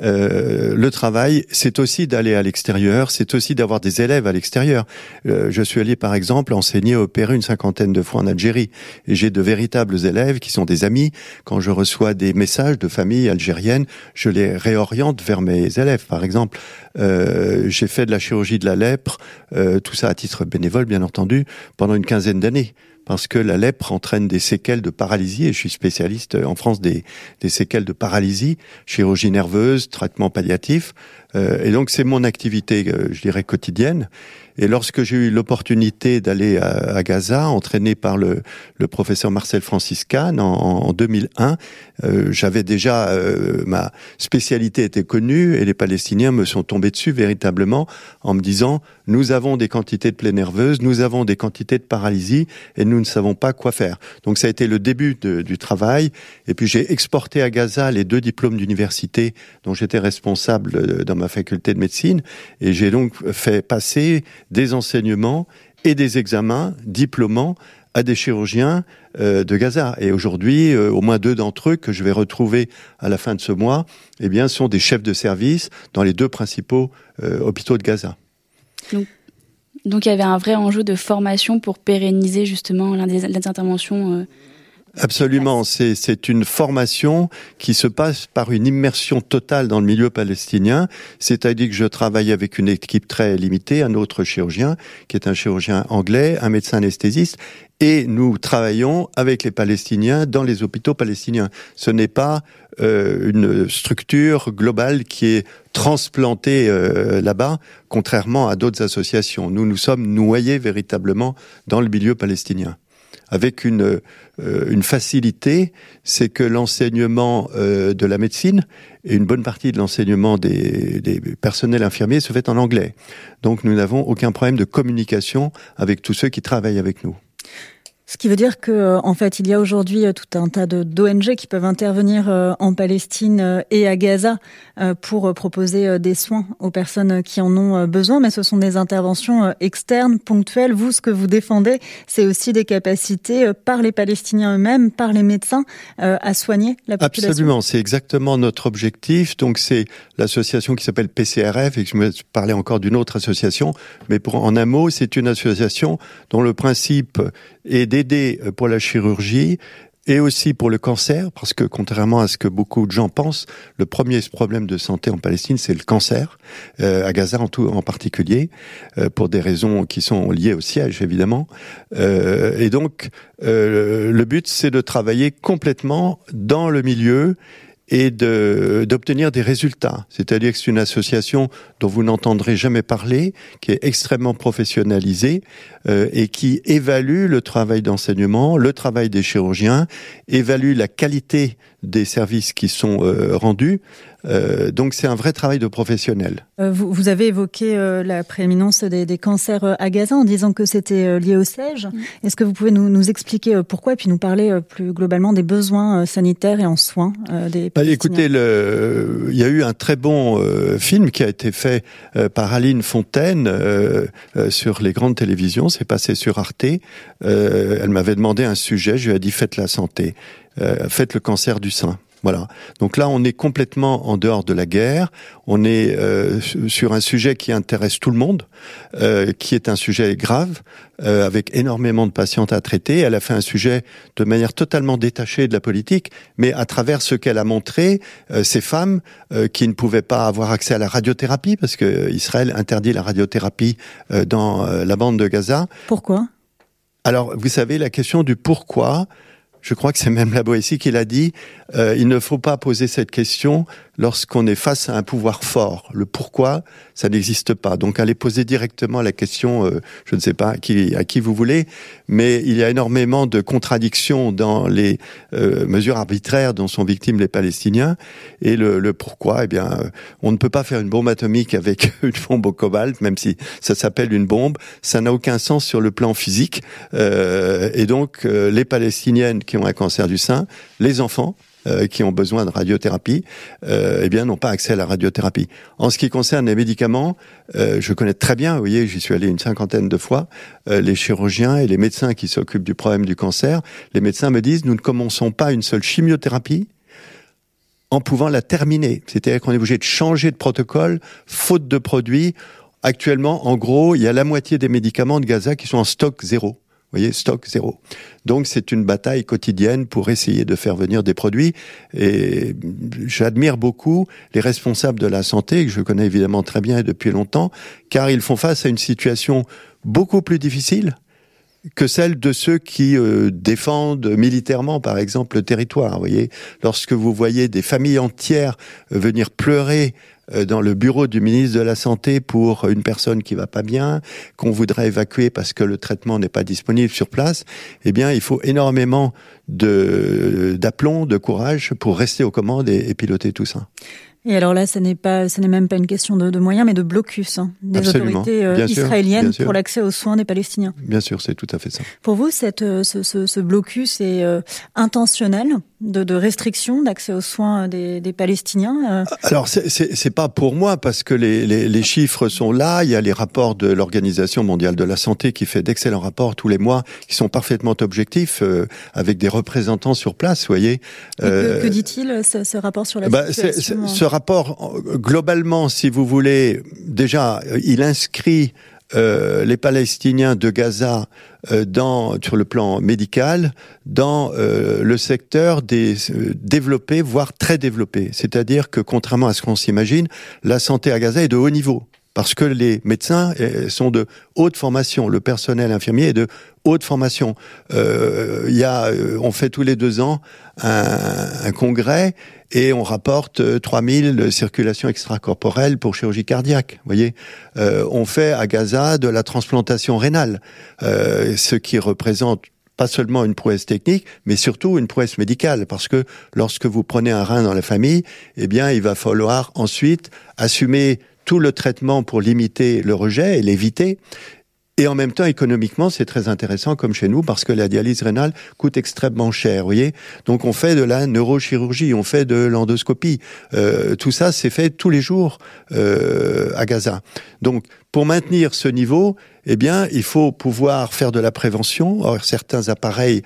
euh, le travail, c'est aussi d'aller à l'extérieur, c'est aussi d'avoir des élèves à l'extérieur. Euh, je suis allé par exemple enseigner au Pérou une cinquantaine de fois en Algérie, et j'ai de véritables élèves qui sont des amis. Quand je reçois des messages de familles algériennes, je les réoriente vers mes élèves. Par exemple, euh, j'ai fait de la chirurgie de la lèpre, euh, tout ça à titre bénévole bien entendu, pendant une quinzaine d'années. Parce que la lèpre entraîne des séquelles de paralysie, et je suis spécialiste en France des, des séquelles de paralysie, chirurgie nerveuse, traitement palliatif, euh, et donc c'est mon activité, euh, je dirais, quotidienne. Et lorsque j'ai eu l'opportunité d'aller à, à Gaza, entraîné par le, le professeur Marcel Francis Kahn en, en deux mille un, euh, j'avais déjà, euh, ma spécialité était connue, et les Palestiniens me sont tombés dessus véritablement en me disant « Nous avons des quantités de plaies nerveuses, nous avons des quantités de paralysie, et nous ne savons pas quoi faire ». Donc ça a été le début de, du travail. Et puis j'ai exporté à Gaza les deux diplômes d'université dont j'étais responsable dans ma faculté de médecine, et j'ai donc fait passer des enseignements et des examens diplômants à des chirurgiens euh, de Gaza. Et aujourd'hui, euh, au moins deux d'entre eux que je vais retrouver à la fin de ce mois, eh bien, sont des chefs de service dans les deux principaux euh, hôpitaux de Gaza. Donc, donc il y avait un vrai enjeu de formation pour pérenniser justement l'un des, les interventions euh Absolument, c'est, c'est une formation qui se passe par une immersion totale dans le milieu palestinien, c'est-à-dire que je travaille avec une équipe très limitée, un autre chirurgien, qui est un chirurgien anglais, un médecin anesthésiste, et nous travaillons avec les Palestiniens dans les hôpitaux palestiniens. Ce n'est pas euh, une structure globale qui est transplantée euh, là-bas, contrairement à d'autres associations. Nous, nous sommes noyés véritablement dans le milieu palestinien, avec une, euh, une facilité, c'est que l'enseignement euh, de la médecine et une bonne partie de l'enseignement des, des personnels infirmiers se fait en anglais. Donc nous n'avons aucun problème de communication avec tous ceux qui travaillent avec nous. Ce qui veut dire que, en fait, il y a aujourd'hui tout un tas de, d'O N G qui peuvent intervenir en Palestine et à Gaza pour proposer des soins aux personnes qui en ont besoin, mais ce sont des interventions externes, ponctuelles. Vous, ce que vous défendez, c'est aussi des capacités par les Palestiniens eux-mêmes, par les médecins, à soigner la population. Absolument, c'est exactement notre objectif. Donc c'est l'association qui s'appelle P C R F, et je me parlais encore d'une autre association, mais pour, en un mot, c'est une association dont le principe est d'aider pour la chirurgie et aussi pour le cancer, parce que contrairement à ce que beaucoup de gens pensent, le premier problème de santé en Palestine, c'est le cancer, euh, à Gaza en, tout, en particulier, euh, pour des raisons qui sont liées au siège, évidemment. Euh, et donc, euh, le but, c'est de travailler complètement dans le milieu et de, d'obtenir des résultats. C'est-à-dire que c'est une association dont vous n'entendrez jamais parler, qui est extrêmement professionnalisée euh, et qui évalue le travail d'enseignement, le travail des chirurgiens, évalue la qualité des services qui sont euh, rendus. Euh, donc c'est un vrai travail de professionnel. Euh, vous, vous avez évoqué euh, la prééminence des, des cancers à Gaza en disant que c'était euh, lié au siège. Mmh. Est-ce que vous pouvez nous, nous expliquer euh, pourquoi et puis nous parler euh, plus globalement des besoins euh, sanitaires et en soins euh, des Palestiniens ? Écoutez, le, il y a eu un très bon euh, film qui a été fait euh, par Aline Fontaine euh, euh, sur les grandes télévisions. C'est passé sur Arte. Euh, elle m'avait demandé un sujet. Je lui ai dit faites la santé, euh, faites le cancer du sein. Voilà. Donc là, on est complètement en dehors de la guerre. On est euh, sur un sujet qui intéresse tout le monde, euh, qui est un sujet grave, euh, avec énormément de patientes à traiter. Elle a fait un sujet de manière totalement détachée de la politique, mais à travers ce qu'elle a montré, euh, ces femmes euh, qui ne pouvaient pas avoir accès à la radiothérapie, parce que Israël interdit la radiothérapie euh, dans euh, la bande de Gaza. Pourquoi ? Alors, vous savez, la question du pourquoi... Je crois que c'est même la Boétie qui l'a dit, euh, il ne faut pas poser cette question lorsqu'on est face à un pouvoir fort. Le pourquoi, ça n'existe pas. Donc allez poser directement la question, euh, je ne sais pas à qui, à qui vous voulez, mais il y a énormément de contradictions dans les euh, mesures arbitraires dont sont victimes les Palestiniens. Et le, le pourquoi, eh bien, euh, on ne peut pas faire une bombe atomique avec une bombe au cobalt, même si ça s'appelle une bombe. Ça n'a aucun sens sur le plan physique. Euh, et donc, euh, les Palestiniennes qui ont un cancer du sein, les enfants, Euh, qui ont besoin de radiothérapie, euh, eh bien, n'ont pas accès à la radiothérapie. En ce qui concerne les médicaments, euh, je connais très bien, vous voyez, j'y suis allé une cinquantaine de fois, euh, les chirurgiens et les médecins qui s'occupent du problème du cancer. Les médecins me disent, nous ne commençons pas une seule chimiothérapie en pouvant la terminer. C'est-à-dire qu'on est obligé de changer de protocole, faute de produits. Actuellement, en gros, il y a la moitié des médicaments de Gaza qui sont en stock zéro. Vous voyez, stock zéro. Donc c'est une bataille quotidienne pour essayer de faire venir des produits. Et j'admire beaucoup les responsables de la santé, que je connais évidemment très bien et depuis longtemps, car ils font face à une situation beaucoup plus difficile que celle de ceux qui euh, défendent militairement, par exemple, le territoire. Vous voyez, lorsque vous voyez des familles entières euh, venir pleurer dans le bureau du ministre de la Santé pour une personne qui va pas bien, qu'on voudrait évacuer parce que le traitement n'est pas disponible sur place, eh bien, il faut énormément de, d'aplomb, de courage pour rester aux commandes et, et piloter tout ça. Et alors là, ce n'est pas, ce n'est même pas une question de, de moyens, mais de blocus hein, des Absolument. autorités euh, bien sûr, israéliennes bien pour l'accès aux soins des Palestiniens. Bien sûr, c'est tout à fait ça. Pour vous, cette, ce, ce, ce blocus est euh, intentionnel de, de restriction d'accès aux soins des, des Palestiniens euh... Alors, c'est, c'est, c'est pas pour moi, parce que les, les, les chiffres sont là. Il y a les rapports de l'Organisation mondiale de la santé qui fait d'excellents rapports tous les mois, qui sont parfaitement objectifs, euh, avec des représentants sur place, vous voyez. Euh, que, que dit-il, ce, ce rapport sur la bah, situation c'est, c'est, Ce rapport, globalement, si vous voulez, déjà, il inscrit Euh, les Palestiniens de Gaza euh, dans, sur le plan médical, dans euh, le secteur des euh, développés, voire très développés. C'est-à-dire que, contrairement à ce qu'on s'imagine, la santé à Gaza est de haut niveau. Parce que les médecins sont de haute formation, le personnel infirmier est de haute formation. Euh, y a, on fait tous les deux ans un, un congrès et on rapporte trois mille circulations extracorporelles pour chirurgie cardiaque. Vous voyez, euh, on fait à Gaza de la transplantation rénale, euh, ce qui représente pas seulement une prouesse technique, mais surtout une prouesse médicale, parce que lorsque vous prenez un rein dans la famille, eh bien, il va falloir ensuite assumer tout le traitement pour limiter le rejet et l'éviter. Et en même temps, économiquement, c'est très intéressant, comme chez nous, parce que la dialyse rénale coûte extrêmement cher, vous voyez. Donc, on fait de la neurochirurgie, on fait de l'endoscopie. Euh, tout ça, c'est fait tous les jours euh, à Gaza. Donc, pour maintenir ce niveau, eh bien, il faut pouvoir faire de la prévention. Or, certains appareils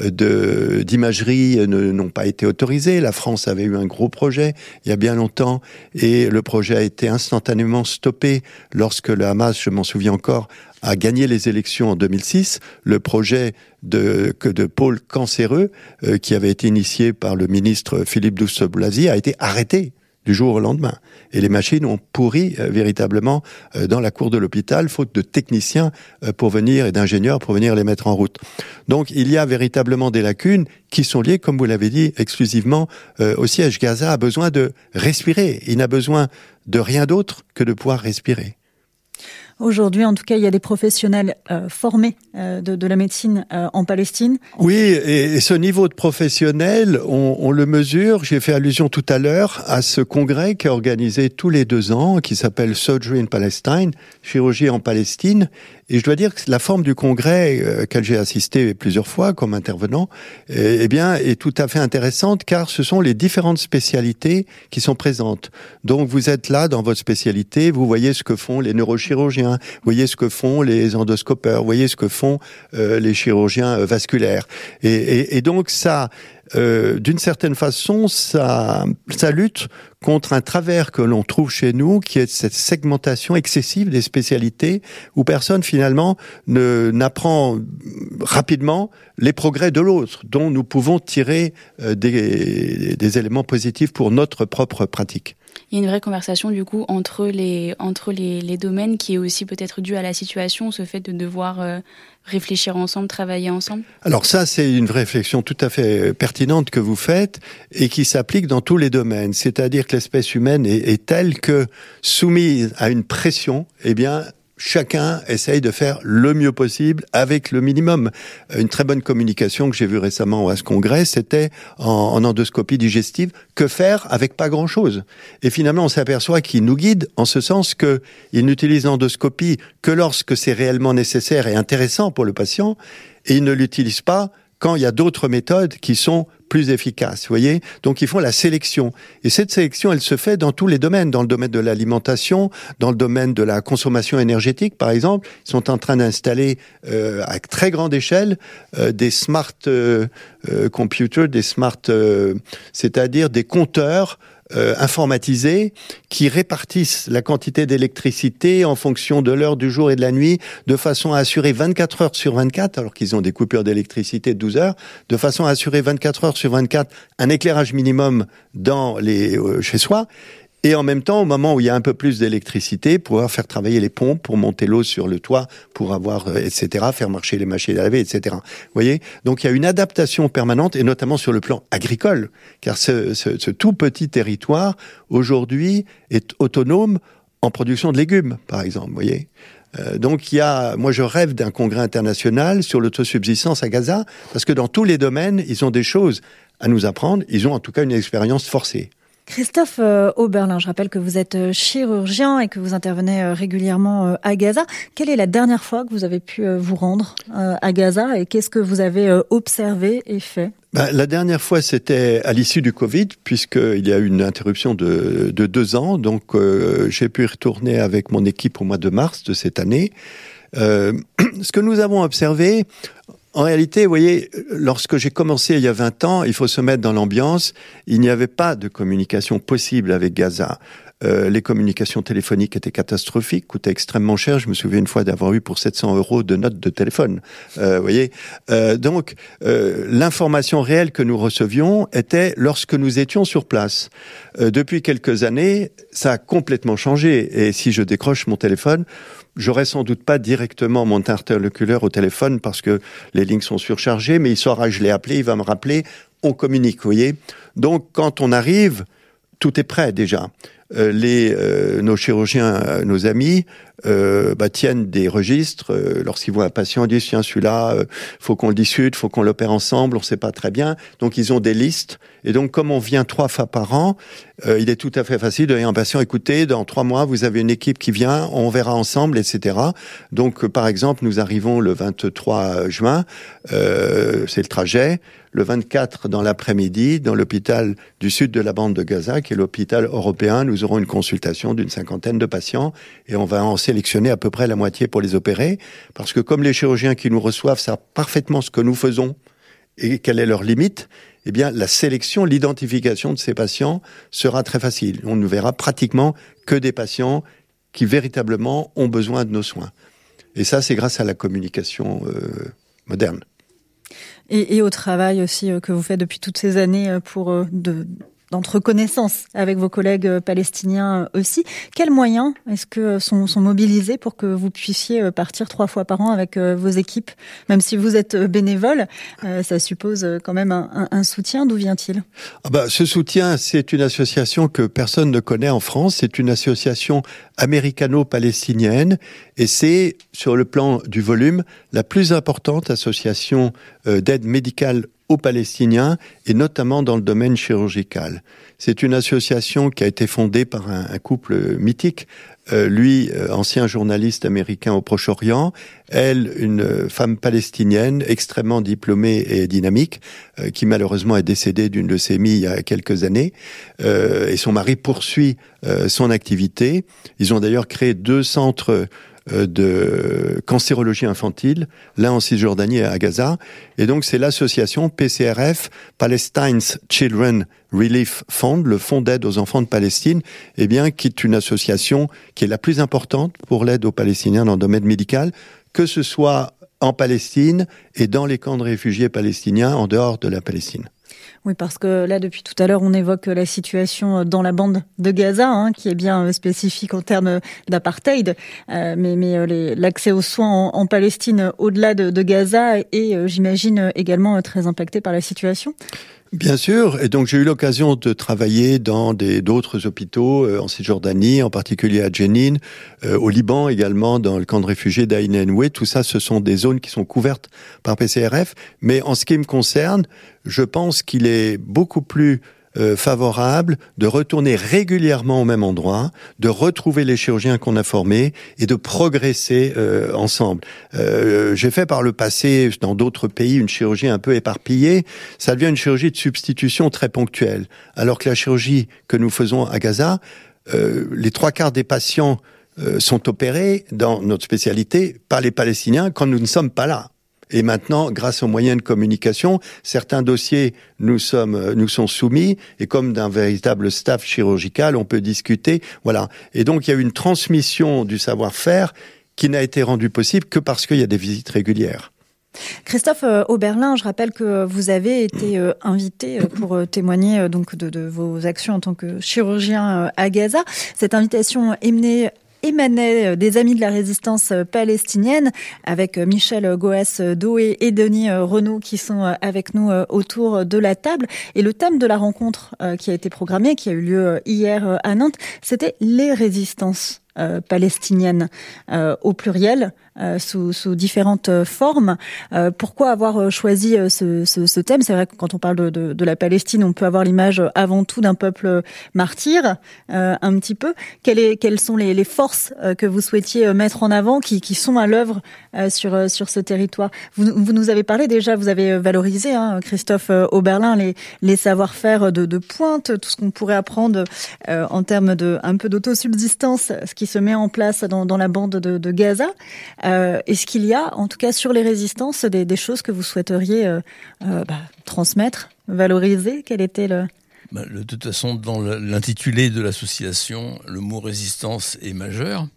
de, d'imagerie ne, n'ont pas été autorisés. La France avait eu un gros projet il y a bien longtemps et le projet a été instantanément stoppé lorsque le Hamas, je m'en souviens encore, a gagné les élections en deux mille six. Le projet de, que de pôle cancéreux, euh, qui avait été initié par le ministre Philippe Douste-Blazy, a été arrêté du jour au lendemain. Et les machines ont pourri euh, véritablement euh, dans la cour de l'hôpital, faute de techniciens euh, pour venir et d'ingénieurs pour venir les mettre en route. Donc il y a véritablement des lacunes qui sont liées, comme vous l'avez dit, exclusivement euh, au siège. Gaza a besoin de respirer. Il n'a besoin de rien d'autre que de pouvoir respirer. Aujourd'hui, en tout cas, il y a des professionnels euh, formés euh, de, de la médecine euh, en Palestine. Oui, et, et ce niveau de professionnel, on, on le mesure. J'ai fait allusion tout à l'heure à ce congrès qui est organisé tous les deux ans, qui s'appelle Surgery in Palestine, chirurgie en Palestine. Et je dois dire que la forme du congrès, euh, auquel j'ai assisté plusieurs fois comme intervenant, eh, eh bien, est tout à fait intéressante, car ce sont les différentes spécialités qui sont présentes. Donc, vous êtes là dans votre spécialité, vous voyez ce que font les neurochirurgiens, vous voyez ce que font les endoscopeurs, vous voyez ce que font euh, les chirurgiens euh, vasculaires. Et, et, et donc, ça, euh, d'une certaine façon, ça, ça lutte contre un travers que l'on trouve chez nous, qui est cette segmentation excessive des spécialités, où personne finalement ne n'apprend rapidement les progrès de l'autre, dont nous pouvons tirer euh, des, des éléments positifs pour notre propre pratique. Il y a une vraie conversation du coup entre les, entre les, les domaines qui est aussi peut-être due à la situation, ce fait de devoir euh, réfléchir ensemble, travailler ensemble. Alors ça, c'est une réflexion tout à fait pertinente que vous faites et qui s'applique dans tous les domaines. C'est-à-dire que l'espèce humaine est, est telle que, soumise à une pression, eh bien, chacun essaye de faire le mieux possible avec le minimum. Une très bonne communication que j'ai vue récemment à ce congrès, c'était en, en endoscopie digestive, que faire avec pas grand-chose. Et finalement, on s'aperçoit qu'il nous guide en ce sens qu'il n'utilise l'endoscopie que lorsque c'est réellement nécessaire et intéressant pour le patient, et il ne l'utilise pas quand il y a d'autres méthodes qui sont plus efficaces, vous voyez. Donc, ils font la sélection. Et cette sélection, elle se fait dans tous les domaines. Dans le domaine de l'alimentation, dans le domaine de la consommation énergétique, par exemple. Ils sont en train d'installer, euh, à très grande échelle, euh, des smart euh, euh, computers, des smart, euh, c'est-à-dire des compteurs Euh, informatisés qui répartissent la quantité d'électricité en fonction de l'heure du jour et de la nuit, de façon à assurer vingt-quatre heures sur vingt-quatre, alors qu'ils ont des coupures d'électricité de douze heures, de façon à assurer vingt-quatre heures sur vingt-quatre un éclairage minimum dans les euh, chez soi. Et en même temps, au moment où il y a un peu plus d'électricité, pouvoir faire travailler les pompes pour monter l'eau sur le toit, pour avoir, euh, et cetera, faire marcher les machines à laver, et cetera. Vous voyez ? Donc il y a une adaptation permanente, et notamment sur le plan agricole, car ce, ce, ce tout petit territoire, aujourd'hui, est autonome en production de légumes, par exemple, vous voyez ? Euh, donc il y a, moi je rêve d'un congrès international sur l'autosubsistance à Gaza, parce que dans tous les domaines, ils ont des choses à nous apprendre, ils ont en tout cas une expérience forcée. Christophe euh, Oberlin, je rappelle que vous êtes euh, chirurgien et que vous intervenez euh, régulièrement euh, à Gaza. Quelle est la dernière fois que vous avez pu euh, vous rendre euh, à Gaza et qu'est-ce que vous avez euh, observé et fait ? Ben, la dernière fois, c'était à l'issue du Covid, puisqu'il y a eu une interruption de, de deux ans. Donc, euh, j'ai pu y retourner avec mon équipe au mois de mars de cette année. Euh, ce que nous avons observé, en réalité, vous voyez, lorsque j'ai commencé il y a vingt ans, il faut se mettre dans l'ambiance, il n'y avait pas de communication possible avec Gaza. Euh, les communications téléphoniques étaient catastrophiques, coûtaient extrêmement cher. Je me souviens une fois d'avoir eu pour sept cents euros de notes de téléphone. Euh, vous voyez, euh, donc euh, l'information réelle que nous recevions était lorsque nous étions sur place. Euh, depuis quelques années, ça a complètement changé. Et si je décroche mon téléphone, j'aurai sans doute pas directement mon interlocuteur au téléphone parce que les lignes sont surchargées, mais il saura, je l'ai appelé, il va me rappeler, on communique, vous voyez. Donc quand on arrive, tout est prêt déjà. Euh, les, euh, nos chirurgiens, euh, nos amis, euh, bah, tiennent des registres. Euh, lorsqu'ils voient un patient, ils disent tiens celui-là, euh, faut qu'on le discute, faut qu'on l'opère ensemble. On sait pas très bien. Donc ils ont des listes. Et donc comme on vient trois fois par an, euh, il est tout à fait facile de dire à un patient écoutez, dans trois mois vous avez une équipe qui vient, on verra ensemble, et cetera. Donc euh, par exemple, nous arrivons le vingt-trois juin, euh, c'est le trajet. Le vingt-quatre dans l'après-midi, dans l'hôpital du sud de la bande de Gaza, qui est l'hôpital européen, nous aurons une consultation d'une cinquantaine de patients et on va en sélectionner à peu près la moitié pour les opérer, parce que comme les chirurgiens qui nous reçoivent savent parfaitement ce que nous faisons et quelle est leur limite, eh bien la sélection, l'identification de ces patients sera très facile. On ne verra pratiquement que des patients qui véritablement ont besoin de nos soins. Et ça, c'est grâce à la communication euh, moderne. Et, et au travail aussi euh, que vous faites depuis toutes ces années euh, pour euh, de, d'entre connaissances avec vos collègues euh, palestiniens euh, aussi. Quels moyens est-ce que sont, sont mobilisés pour que vous puissiez euh, partir trois fois par an avec euh, vos équipes, même si vous êtes euh, bénévole, euh, ça suppose euh, quand même un, un, un soutien. D'où vient-il ? Ah bah, ce soutien, c'est une association que personne ne connaît en France. C'est une association américano-palestinienne et c'est, sur le plan du volume, la plus importante association euh, d'aide médicale aux Palestiniens et notamment dans le domaine chirurgical. C'est une association qui a été fondée par un, un couple mythique, euh, lui, euh, ancien journaliste américain au Proche-Orient, elle, une femme palestinienne extrêmement diplômée et dynamique, euh, qui malheureusement est décédée d'une leucémie il y a quelques années, euh, et son mari poursuit euh, son activité. Ils ont d'ailleurs créé deux centres de cancérologie infantile, l'un en Cisjordanie et à Gaza. Et donc, c'est l'association P C R F, Palestine's Children Relief Fund, le Fonds d'aide aux enfants de Palestine, eh bien, qui est une association qui est la plus importante pour l'aide aux Palestiniens dans le domaine médical, que ce soit en Palestine et dans les camps de réfugiés palestiniens en dehors de la Palestine. Oui, parce que là, depuis tout à l'heure, on évoque la situation dans la bande de Gaza, hein, qui est bien spécifique en termes d'apartheid. Euh, mais mais les, l'accès aux soins en, en Palestine, au-delà de, de Gaza, est, euh, j'imagine, également très impacté par la situation. Bien sûr, et donc j'ai eu l'occasion de travailler dans des, d'autres hôpitaux euh, en Cisjordanie, en particulier à Jenin, euh, au Liban également, dans le camp de réfugiés d'Ain Enoué. Tout ça, ce sont des zones qui sont couvertes par P C R F. Mais en ce qui me concerne, je pense qu'il est beaucoup plus Euh, favorable de retourner régulièrement au même endroit, de retrouver les chirurgiens qu'on a formés et de progresser euh, ensemble. Euh, j'ai fait par le passé, dans d'autres pays, une chirurgie un peu éparpillée. Ça devient une chirurgie de substitution très ponctuelle. Alors que la chirurgie que nous faisons à Gaza, euh, les trois quarts des patients euh, sont opérés dans notre spécialité par les Palestiniens quand nous ne sommes pas là. Et maintenant, grâce aux moyens de communication, certains dossiers nous sommes, nous sont soumis, et comme d'un véritable staff chirurgical, on peut discuter, voilà. Et donc, il y a une transmission du savoir-faire qui n'a été rendue possible que parce qu'il y a des visites régulières. Christophe Oberlin, je rappelle que vous avez été euh, invité pour témoigner euh, donc de, de vos actions en tant que chirurgien à Gaza. Cette invitation est menée émanait des Amis de la Résistance palestinienne avec Michel Goas-Doé et Denis Renaud qui sont avec nous autour de la table. Et le thème de la rencontre qui a été programmée, qui a eu lieu hier à Nantes, c'était les résistances Euh, palestinienne euh, au pluriel, euh, sous, sous différentes formes. Euh, pourquoi avoir choisi ce, ce, ce thème ? C'est vrai que quand on parle de, de, de la Palestine, on peut avoir l'image avant tout d'un peuple martyr, euh, un petit peu. Quelle est, quelles sont les, les forces euh, que vous souhaitiez mettre en avant, qui, qui sont à l'œuvre euh, sur, sur ce territoire ? Vous, vous nous avez parlé déjà, vous avez valorisé, hein, Christophe Oberlin, les, les savoir-faire de, de pointe, tout ce qu'on pourrait apprendre euh, en termes de un peu d'autosubsistance, ce qui se met en place dans, dans la bande de, de Gaza. Euh, est-ce qu'il y a, en tout cas sur les résistances, des, des choses que vous souhaiteriez euh, euh, bah, transmettre, valoriser ? Quel était le... Bah, de toute façon, dans l'intitulé de l'association, le mot résistance est majeur.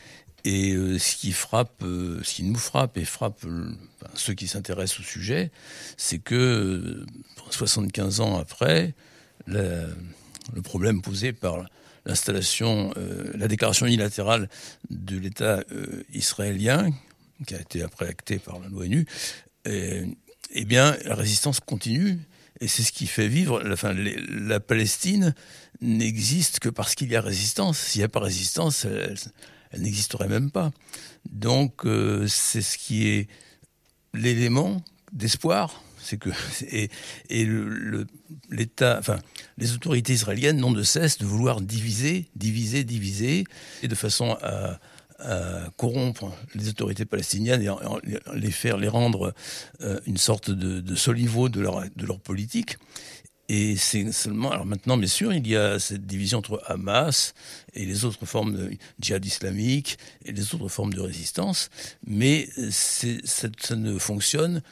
Et euh, ce qui frappe, euh, ce qui nous frappe et frappe euh, enfin, ceux qui s'intéressent au sujet, c'est que euh, soixante-quinze ans après, la, le problème posé par l'installation, euh, la déclaration unilatérale de l'État euh, israélien, qui a été après actée par la l'ONU, et, eh bien, la résistance continue, et c'est ce qui fait vivre. Enfin, les, la Palestine n'existe que parce qu'il y a résistance. S'il n'y a pas résistance, elle, elle, elle n'existerait même pas. Donc, euh, c'est ce qui est l'élément d'espoir. C'est que et, et le, le, l'État, enfin, les autorités israéliennes n'ont de cesse de vouloir diviser, diviser, diviser, et de façon à, à corrompre les autorités palestiniennes et les faire, les rendre euh, une sorte de, de soliveau de leur de leur politique. Et c'est seulement, alors maintenant, bien sûr, il y a cette division entre Hamas et les autres formes de djihad islamique et les autres formes de résistance, mais c'est, ça, ça ne fonctionne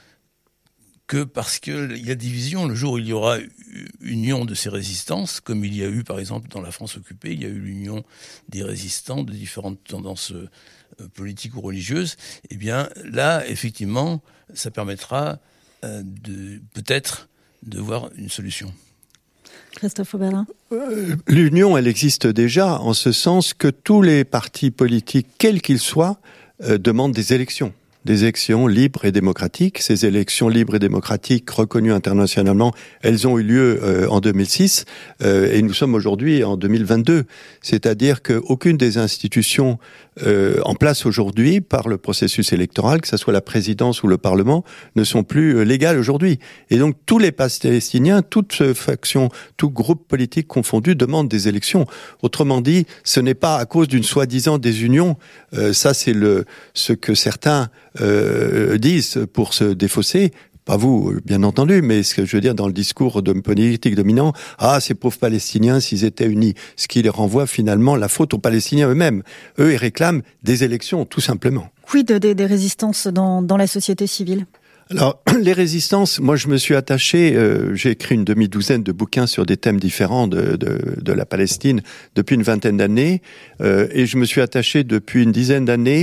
que parce qu'il y a division. Le jour où il y aura union de ces résistances, comme il y a eu par exemple dans la France occupée, il y a eu l'union des résistants de différentes tendances euh, politiques ou religieuses, eh bien là, effectivement, ça permettra euh, de peut-être de voir une solution. Christophe Oberlin. Euh, L'union, elle existe déjà, en ce sens que tous les partis politiques, quels qu'ils soient, euh, demandent des élections. Des élections libres et démocratiques. Ces élections libres et démocratiques reconnues internationalement, elles ont eu lieu euh, en deux mille six euh, et nous sommes aujourd'hui en deux mille vingt-deux. C'est-à-dire qu'aucune des institutions euh, en place aujourd'hui par le processus électoral, que ce soit la présidence ou le Parlement, ne sont plus euh, légales aujourd'hui. Et donc tous les Palestiniens, toutes factions, tout groupe politique confondu demandent des élections. Autrement dit, ce n'est pas à cause d'une soi-disant désunion. Euh, ça, c'est le ce que certains Euh, disent pour se défausser, pas vous, bien entendu, mais ce que je veux dire dans le discours de politique dominant, ah, ces pauvres Palestiniens, s'ils étaient unis, ce qui les renvoie finalement la faute aux Palestiniens eux-mêmes. Eux, ils réclament des élections, tout simplement. Quid des, des résistances dans, dans la société civile ? Alors, les résistances, moi je me suis attaché, euh, j'ai écrit une demi-douzaine de bouquins sur des thèmes différents de, de, de la Palestine depuis une vingtaine d'années, euh, et je me suis attaché depuis une dizaine d'années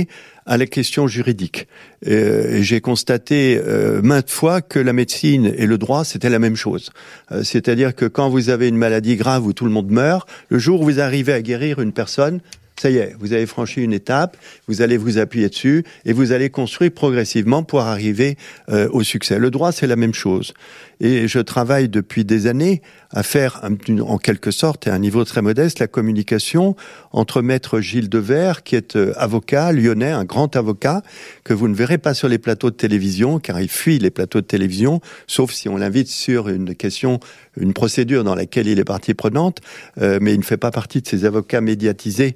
à la question juridique. Et j'ai constaté euh, maintes fois que la médecine et le droit, c'était la même chose. Euh, c'est-à-dire que quand vous avez une maladie grave où tout le monde meurt, le jour où vous arrivez à guérir une personne, ça y est, vous avez franchi une étape, vous allez vous appuyer dessus et vous allez construire progressivement pour arriver euh, au succès. Le droit, c'est la même chose. Et je travaille depuis des années à faire, en quelque sorte, à un niveau très modeste, la communication entre maître Gilles Devers, qui est euh, avocat lyonnais, un grand avocat, que vous ne verrez pas sur les plateaux de télévision, car il fuit les plateaux de télévision, sauf si on l'invite sur une question, une procédure dans laquelle il est partie prenante, euh, mais il ne fait pas partie de ces avocats médiatisés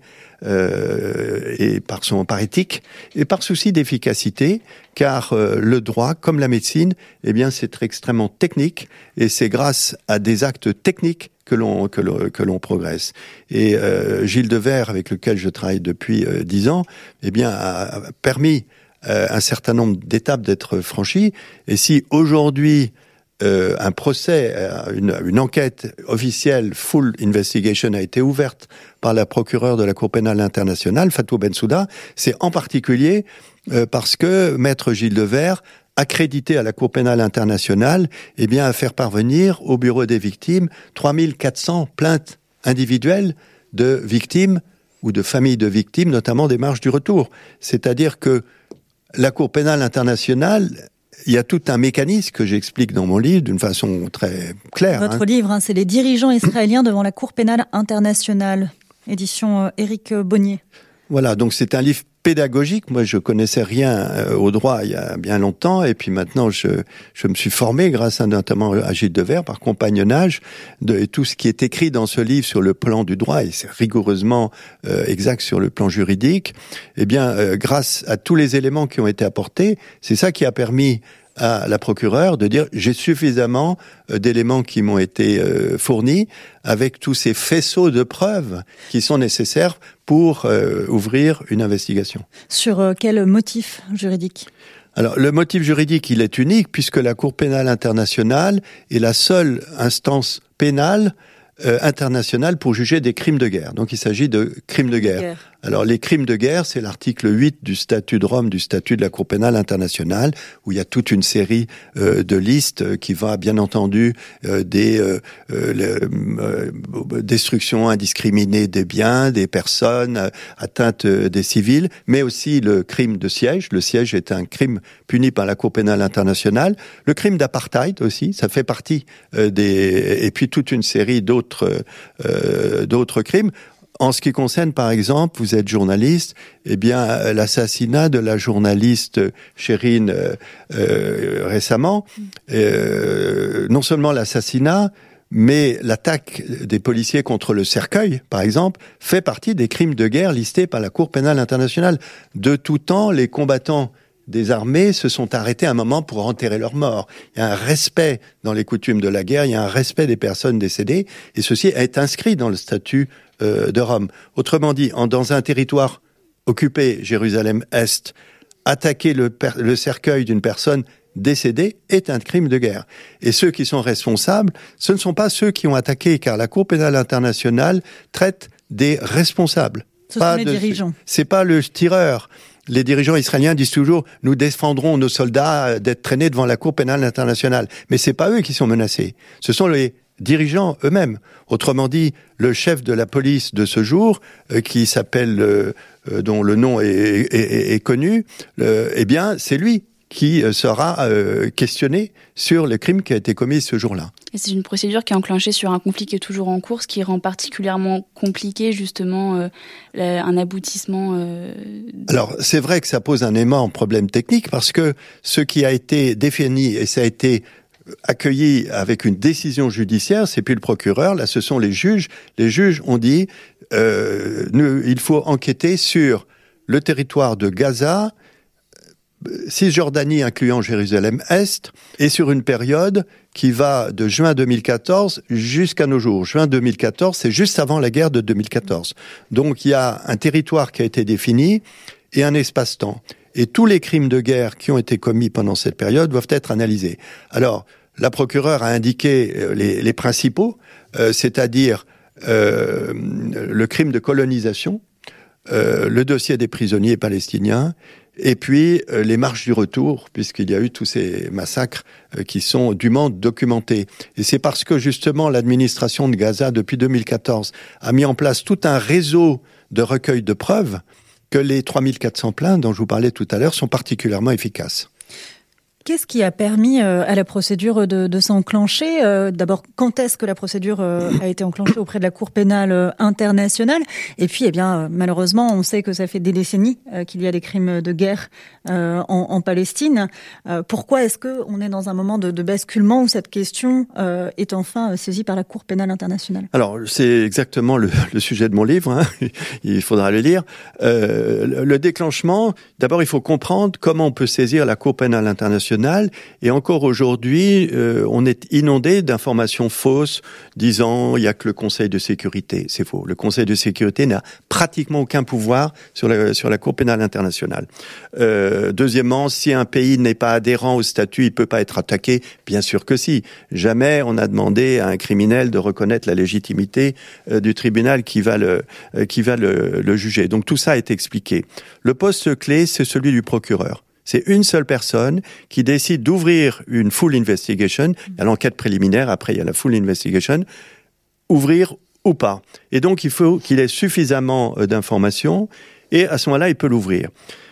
Euh, et par son par éthique et par souci d'efficacité, car euh, le droit, comme la médecine, eh bien c'est extrêmement technique et c'est grâce à des actes techniques que l'on que l'on, que l'on progresse. Et euh, Gilles Devers, avec lequel je travaille depuis euh, dix ans, eh bien a permis euh, un certain nombre d'étapes d'être franchies. Et si aujourd'hui Euh, un procès, une, une enquête officielle, full investigation, a été ouverte par la procureure de la Cour pénale internationale, Fatou Bensouda, c'est en particulier euh, parce que Maître Gilles Devers a crédité à la Cour pénale internationale, eh bien, à faire parvenir au bureau des victimes trois mille quatre cents plaintes individuelles de victimes ou de familles de victimes, notamment des marges du retour. C'est-à-dire que la Cour pénale internationale, il y a tout un mécanisme que j'explique dans mon livre d'une façon très claire. Votre hein. livre, hein, c'est Les dirigeants israéliens devant la Cour pénale internationale, édition euh, Éric Bonnier. Voilà, donc c'est un livre pédagogique. Moi, je connaissais rien euh, au droit il y a bien longtemps, et puis maintenant, je, je me suis formé grâce à, notamment à Gilles Devers, par compagnonnage, de et tout ce qui est écrit dans ce livre sur le plan du droit, et c'est rigoureusement euh, exact sur le plan juridique. Eh bien, euh, grâce à tous les éléments qui ont été apportés, c'est ça qui a permis à la procureure de dire j'ai suffisamment euh, d'éléments qui m'ont été euh, fournis avec tous ces faisceaux de preuves qui sont nécessaires pour euh, ouvrir une investigation. Sur euh, quel motif juridique ? Alors, le motif juridique, il est unique puisque la Cour pénale internationale est la seule instance pénale euh, internationale pour juger des crimes de guerre. Donc, il s'agit de crimes de guerre. guerre. Alors, les crimes de guerre, c'est l'article huit du statut de Rome, du statut de la Cour pénale internationale, où il y a toute une série euh, de listes qui va, bien entendu, euh, des euh, euh, le, euh, destructions indiscriminées des biens, des personnes, euh, atteintes euh, des civils, mais aussi le crime de siège. Le siège est un crime puni par la Cour pénale internationale. Le crime d'apartheid aussi, ça fait partie euh, des... Et puis toute une série d'autres euh, d'autres crimes. En ce qui concerne, par exemple, vous êtes journaliste, eh bien, l'assassinat de la journaliste Chérine euh, euh, récemment, euh, non seulement l'assassinat, mais l'attaque des policiers contre le cercueil, par exemple, fait partie des crimes de guerre listés par la Cour pénale internationale. De tout temps, les combattants des armées se sont arrêtés un moment pour enterrer leurs morts. Il y a un respect dans les coutumes de la guerre, il y a un respect des personnes décédées, et ceci est inscrit dans le statut euh, de Rome. Autrement dit, en, dans un territoire occupé, Jérusalem-Est, attaquer le, per, le cercueil d'une personne décédée est un crime de guerre. Et ceux qui sont responsables, ce ne sont pas ceux qui ont attaqué, car la Cour pénale internationale traite des responsables. Ce pas sont les de, dirigeants. C'est pas le tireur. Les dirigeants israéliens disent toujours « nous défendrons nos soldats d'être traînés devant la Cour pénale internationale ». Mais c'est pas eux qui sont menacés. Ce sont les dirigeants eux-mêmes. Autrement dit, le chef de la police de ce jour, euh, qui s'appelle, euh, euh, dont le nom est, est, est, est connu, euh, eh bien, c'est lui qui sera euh, questionné sur le crime qui a été commis ce jour-là. Et c'est une procédure qui est enclenchée sur un conflit qui est toujours en cours, ce qui rend particulièrement compliqué justement euh, un aboutissement. Euh... Alors c'est vrai que ça pose un énorme problème technique parce que ce qui a été défini et ça a été accueilli avec une décision judiciaire, c'est plus le procureur, là ce sont les juges. Les juges ont dit euh, nous, il faut enquêter sur le territoire de Gaza, Cisjordanie incluant Jérusalem-Est, et sur une période qui va de juin deux mille quatorze jusqu'à nos jours. Juin deux mille quatorze, c'est juste avant la guerre de deux mille quatorze. Donc il y a un territoire qui a été défini et un espace-temps. Et tous les crimes de guerre qui ont été commis pendant cette période doivent être analysés. Alors, la procureure a indiqué les, les principaux, euh, c'est-à-dire euh, le crime de colonisation, euh, le dossier des prisonniers palestiniens, et puis euh, les marches du retour, puisqu'il y a eu tous ces massacres euh, qui sont dûment documentés. Et c'est parce que justement l'administration de Gaza, depuis deux mille quatorze, a mis en place tout un réseau de recueil de preuves que les trois mille quatre cents plaintes dont je vous parlais tout à l'heure sont particulièrement efficaces. Qu'est-ce qui a permis euh, à la procédure de, de s'enclencher euh, D'abord, quand est-ce que la procédure euh, a été enclenchée auprès de la Cour pénale euh, internationale? Et puis, eh bien, euh, malheureusement, on sait que ça fait des décennies euh, qu'il y a des crimes de guerre euh, en, en Palestine. Euh, pourquoi est-ce que on est dans un moment de, de basculement où cette question euh, est enfin saisie par la Cour pénale internationale? Alors, c'est exactement le, le sujet de mon livre. Hein. Il faudra le lire. Euh, le, le déclenchement. D'abord, il faut comprendre comment on peut saisir la Cour pénale internationale. Et encore aujourd'hui, euh, on est inondé d'informations fausses disant il y a que le Conseil de sécurité. C'est faux. Le Conseil de sécurité n'a pratiquement aucun pouvoir sur la, sur la Cour pénale internationale. Euh, deuxièmement, si un pays n'est pas adhérent au statut, il peut pas être attaqué. Bien sûr que si. Jamais on a demandé à un criminel de reconnaître la légitimité euh, du tribunal qui va le euh, qui va le, le juger. Donc tout ça est expliqué. Le poste clé, c'est celui du procureur. C'est une seule personne qui décide d'ouvrir une full investigation. Il y a l'enquête préliminaire, après il y a la full investigation. Ouvrir ou pas. Et donc il faut qu'il ait suffisamment d'informations et à ce moment-là, il peut l'ouvrir.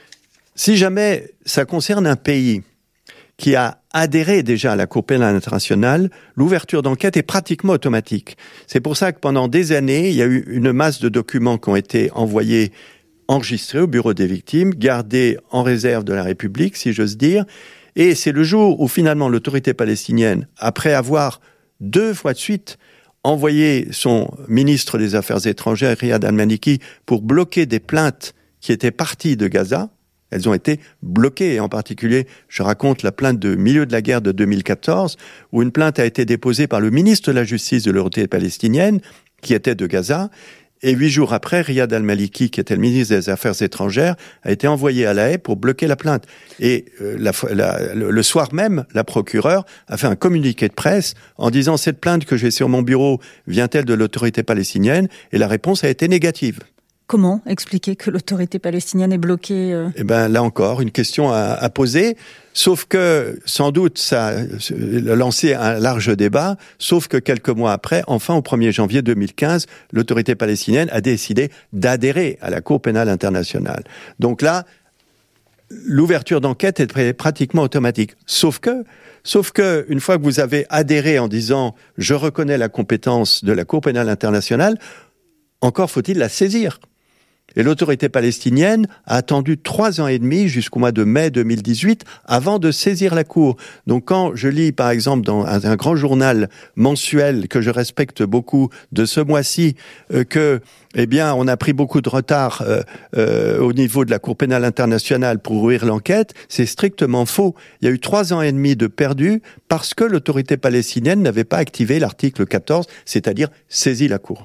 Si jamais ça concerne un pays qui a adhéré déjà à la Cour pénale internationale, l'ouverture d'enquête est pratiquement automatique. C'est pour ça que pendant des années, il y a eu une masse de documents qui ont été envoyés enregistrés au bureau des victimes, gardés en réserve de la République, si j'ose dire. Et c'est le jour où finalement l'autorité palestinienne, après avoir deux fois de suite envoyé son ministre des Affaires étrangères, Riyad al-Maliki, pour bloquer des plaintes qui étaient parties de Gaza, elles ont été bloquées. Et en particulier, je raconte la plainte de milieu de la guerre de deux mille quatorze, où une plainte a été déposée par le ministre de la Justice de l'autorité palestinienne, qui était de Gaza. Et huit jours après, Riyad al-Maliki, qui était le ministre des Affaires étrangères, a été envoyé à La Haye pour bloquer la plainte. Et euh, la, la, le, le soir même, la procureure a fait un communiqué de presse en disant « Cette plainte que j'ai sur mon bureau vient-elle de l'autorité palestinienne ?» Et la réponse a été négative. Comment expliquer que l'autorité palestinienne est bloquée euh... Eh ben là encore, une question à, à poser. Sauf que, sans doute, ça a lancé un large débat, sauf que quelques mois après, enfin au premier janvier deux mille quinze, l'autorité palestinienne a décidé d'adhérer à la Cour pénale internationale. Donc là, l'ouverture d'enquête est pratiquement automatique. Sauf que, sauf que, une fois que vous avez adhéré en disant « je reconnais la compétence de la Cour pénale internationale », encore faut-il la saisir. Et l'autorité palestinienne a attendu trois ans et demi jusqu'au mois de mai deux mille dix-huit avant de saisir la Cour. Donc quand je lis par exemple dans un, un grand journal mensuel que je respecte beaucoup de ce mois-ci euh, que eh bien on a pris beaucoup de retard euh, euh, au niveau de la Cour pénale internationale pour ouvrir l'enquête, c'est strictement faux. Il y a eu trois ans et demi de perdus parce que l'autorité palestinienne n'avait pas activé l'article quatorze, c'est-à-dire saisi la Cour.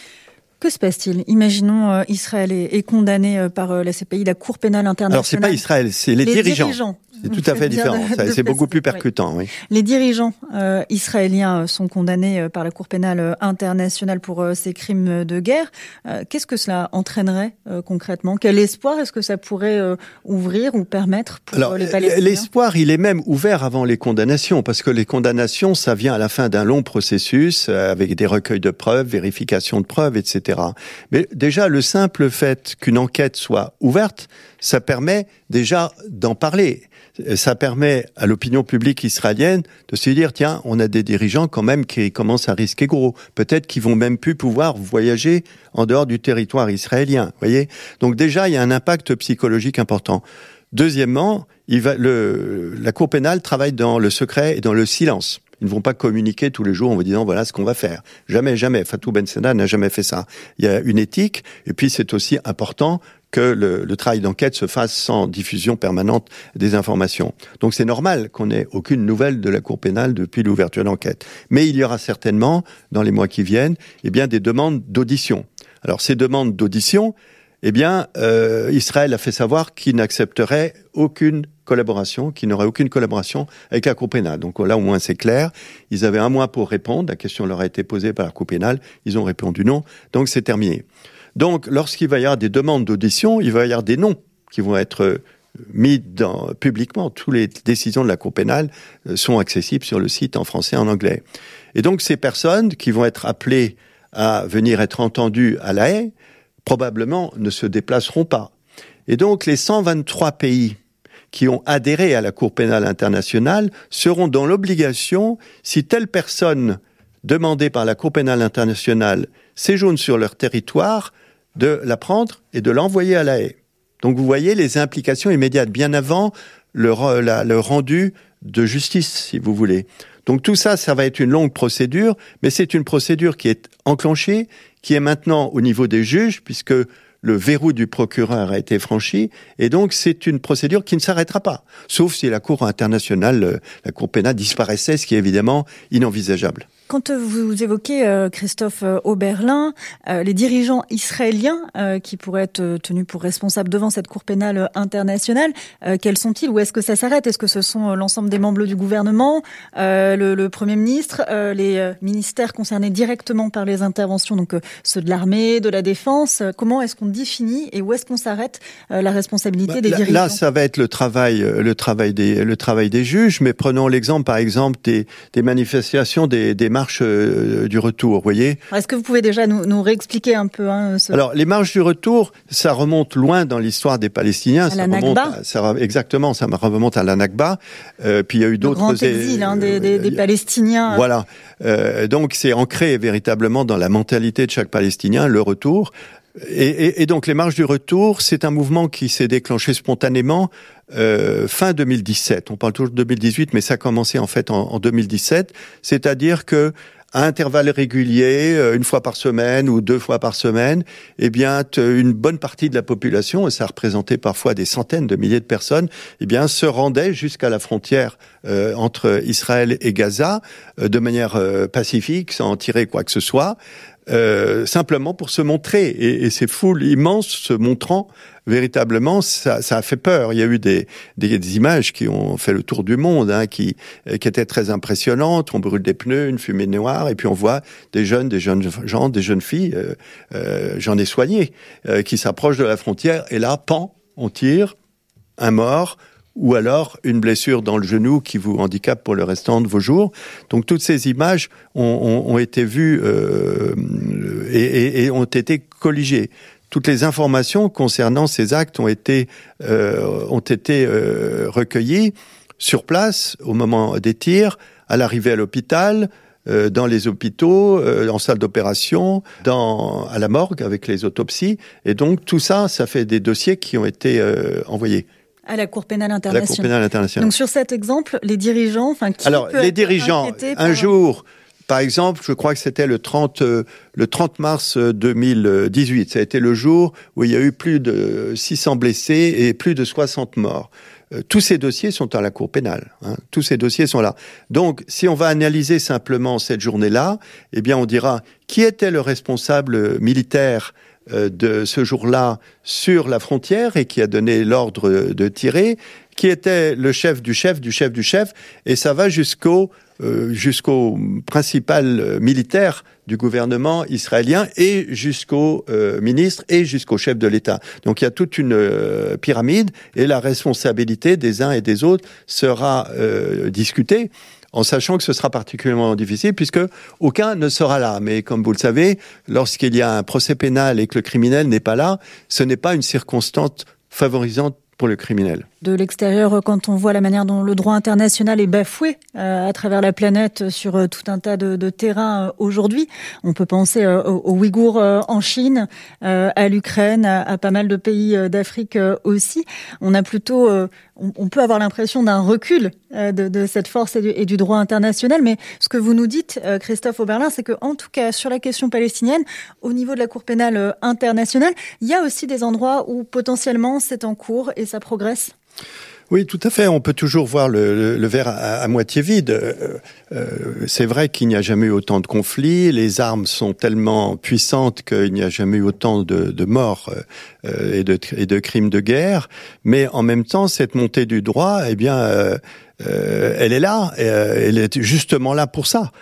Que se passe-t-il? Imaginons euh, Israël est, est condamné euh, par euh, la C P I, la Cour pénale internationale. Alors c'est pas Israël, c'est les, les dirigeants. dirigeants. C'est tout à fait différent. De, Ça, de c'est beaucoup plus percutant. Oui. Oui. Les dirigeants euh, israéliens sont condamnés euh, par la Cour pénale internationale pour euh, ces crimes de guerre. Euh, qu'est-ce que cela entraînerait euh, concrètement? Quel espoir est-ce que ça pourrait euh, ouvrir ou permettre pour Alors, euh, les Palestiniens? L'espoir, il est même ouvert avant les condamnations, parce que les condamnations, ça vient à la fin d'un long processus euh, avec des recueils de preuves, vérification de preuves, et cetera. Mais déjà, le simple fait qu'une enquête soit ouverte, ça permet déjà d'en parler. Ça permet à l'opinion publique israélienne de se dire, tiens, on a des dirigeants quand même qui commencent à risquer gros. Peut-être qu'ils vont même plus pouvoir voyager en dehors du territoire israélien. Voyez. Donc déjà, il y a un impact psychologique important. Deuxièmement, il va, le, la Cour pénale travaille dans le secret et dans le silence. Ils ne vont pas communiquer tous les jours en vous disant voilà ce qu'on va faire. Jamais, jamais. Fatou Bensouda n'a jamais fait ça. Il y a une éthique, et puis c'est aussi important que le, le travail d'enquête se fasse sans diffusion permanente des informations. Donc c'est normal qu'on n'ait aucune nouvelle de la Cour pénale depuis l'ouverture d'enquête. Mais il y aura certainement, dans les mois qui viennent, eh bien, des demandes d'audition. Alors ces demandes d'audition, eh bien, euh, Israël a fait savoir qu'il n'accepterait aucune collaboration, qu'il n'aurait aucune collaboration avec la Cour pénale. Donc là, au moins, c'est clair. Ils avaient un mois pour répondre. La question leur a été posée par la Cour pénale. Ils ont répondu non. Donc c'est terminé. Donc, lorsqu'il va y avoir des demandes d'audition, il va y avoir des noms qui vont être mis dans, publiquement. Toutes les décisions de la Cour pénale sont accessibles sur le site en français et en anglais. Et donc, ces personnes qui vont être appelées à venir être entendues à La Haye, probablement ne se déplaceront pas. Et donc, les cent vingt-trois pays qui ont adhéré à la Cour pénale internationale seront dans l'obligation, si telle personne demandée par la Cour pénale internationale séjourne sur leur territoire, de la prendre et de l'envoyer à La Haye. Donc vous voyez les implications immédiates, bien avant le, la, le rendu de justice, si vous voulez. Donc tout ça, ça va être une longue procédure, mais c'est une procédure qui est enclenchée, qui est maintenant au niveau des juges, puisque le verrou du procureur a été franchi, et donc c'est une procédure qui ne s'arrêtera pas, sauf si la Cour internationale, la Cour pénale disparaissait, ce qui est évidemment inenvisageable. Quand vous évoquez, euh, Christophe Oberlin, euh, les dirigeants israéliens euh, qui pourraient être tenus pour responsables devant cette Cour pénale internationale, euh, quels sont-ils? Ou est-ce que ça s'arrête? Est-ce que ce sont l'ensemble des membres du gouvernement, euh, le, le Premier ministre, euh, les euh, ministères concernés directement par les interventions, donc euh, ceux de l'armée, de la défense? Comment est-ce qu'on définit et où est-ce qu'on s'arrête euh, la responsabilité bah, des là, dirigeants? Là, ça va être le travail, le travail des, le travail des juges, mais prenons l'exemple, par exemple, des, des manifestations des, des marches euh, du retour, vous voyez. Est-ce que vous pouvez déjà nous, nous réexpliquer un peu hein, ce... Alors, les marches du retour, ça remonte loin dans l'histoire des Palestiniens. À ça la remonte Nakba. à, ça, exactement, ça remonte à la Nakba. Euh, puis il y a eu d'autres... Le grand exil hein, des, des, des Palestiniens. Voilà. Euh, donc, c'est ancré véritablement dans la mentalité de chaque Palestinien, le retour. Et, et, et donc les marches du retour, c'est un mouvement qui s'est déclenché spontanément euh, fin deux mille dix-sept. On parle toujours de deux mille dix-huit, mais ça a commencé en fait en, en deux mille dix-sept. C'est-à-dire que à intervalles réguliers, une fois par semaine ou deux fois par semaine, eh bien, une bonne partie de la population, et ça représentait parfois des centaines de milliers de personnes, eh bien, se rendait jusqu'à la frontière euh, entre Israël et Gaza euh, de manière euh, pacifique, sans tirer quoi que ce soit. Euh, simplement pour se montrer. Et, et ces foules immenses se montrant, véritablement, ça, ça a fait peur. Il y a eu des, des, des images qui ont fait le tour du monde, hein, qui, qui étaient très impressionnantes. On brûle des pneus, une fumée noire, et puis on voit des jeunes, des jeunes gens, des jeunes filles, euh, euh, j'en ai soigné, euh, qui s'approchent de la frontière, et là, pan, on tire, un mort, ou alors une blessure dans le genou qui vous handicape pour le restant de vos jours. Donc toutes ces images ont, ont, ont été vues euh, et, et, et ont été colligées. Toutes les informations concernant ces actes ont été, euh, ont été euh, recueillies sur place au moment des tirs, à l'arrivée à l'hôpital, euh, dans les hôpitaux, euh, en salle d'opération, dans, à la morgue avec les autopsies. Et donc tout ça, ça fait des dossiers qui ont été euh, envoyés. À la Cour pénale internationale. À la Cour pénale internationale. Donc sur cet exemple, les dirigeants, enfin qui Alors peut les être dirigeants, inquiété un par... jour, par exemple, je crois que c'était le trente, le trente mars deux mille dix-huit. Ça a été le jour où il y a eu plus de six cents blessés et plus de soixante morts. Euh, tous ces dossiers sont à la Cour pénale. Hein. Tous ces dossiers sont là. Donc, si on va analyser simplement cette journée-là, eh bien, on dira qui était le responsable militaire de ce jour-là sur la frontière et qui a donné l'ordre de tirer, qui était le chef du chef du chef du chef, et ça va jusqu'au euh, jusqu'au principal militaire du gouvernement israélien et jusqu'au euh, ministre et jusqu'au chef de l'État. Donc il y a toute une euh, pyramide et la responsabilité des uns et des autres sera euh, discutée, en sachant que ce sera particulièrement difficile puisque aucun ne sera là. Mais comme vous le savez, lorsqu'il y a un procès pénal et que le criminel n'est pas là, ce n'est pas une circonstance favorisante pour le criminel. De l'extérieur, quand on voit la manière dont le droit international est bafoué euh, à travers la planète sur euh, tout un tas de, de terrains euh, aujourd'hui, on peut penser euh, aux, aux Ouïghours euh, en Chine, euh, à l'Ukraine, à, à pas mal de pays euh, d'Afrique euh, aussi. On a plutôt, euh, on, on peut avoir l'impression d'un recul euh, de, de cette force et du, et du droit international. Mais ce que vous nous dites, euh, Christophe Oberlin, c'est que en tout cas sur la question palestinienne, au niveau de la Cour pénale euh, internationale, il y a aussi des endroits où potentiellement c'est en cours et ça progresse. Oui, tout à fait. On peut toujours voir le, le, le verre à, à moitié vide. Euh, euh, c'est vrai qu'il n'y a jamais eu autant de conflits. Les armes sont tellement puissantes qu'il n'y a jamais eu autant de, de morts euh, et, de, et de crimes de guerre. Mais en même temps, cette montée du droit, eh bien, euh, euh, elle est là, euh, elle est justement là pour ça.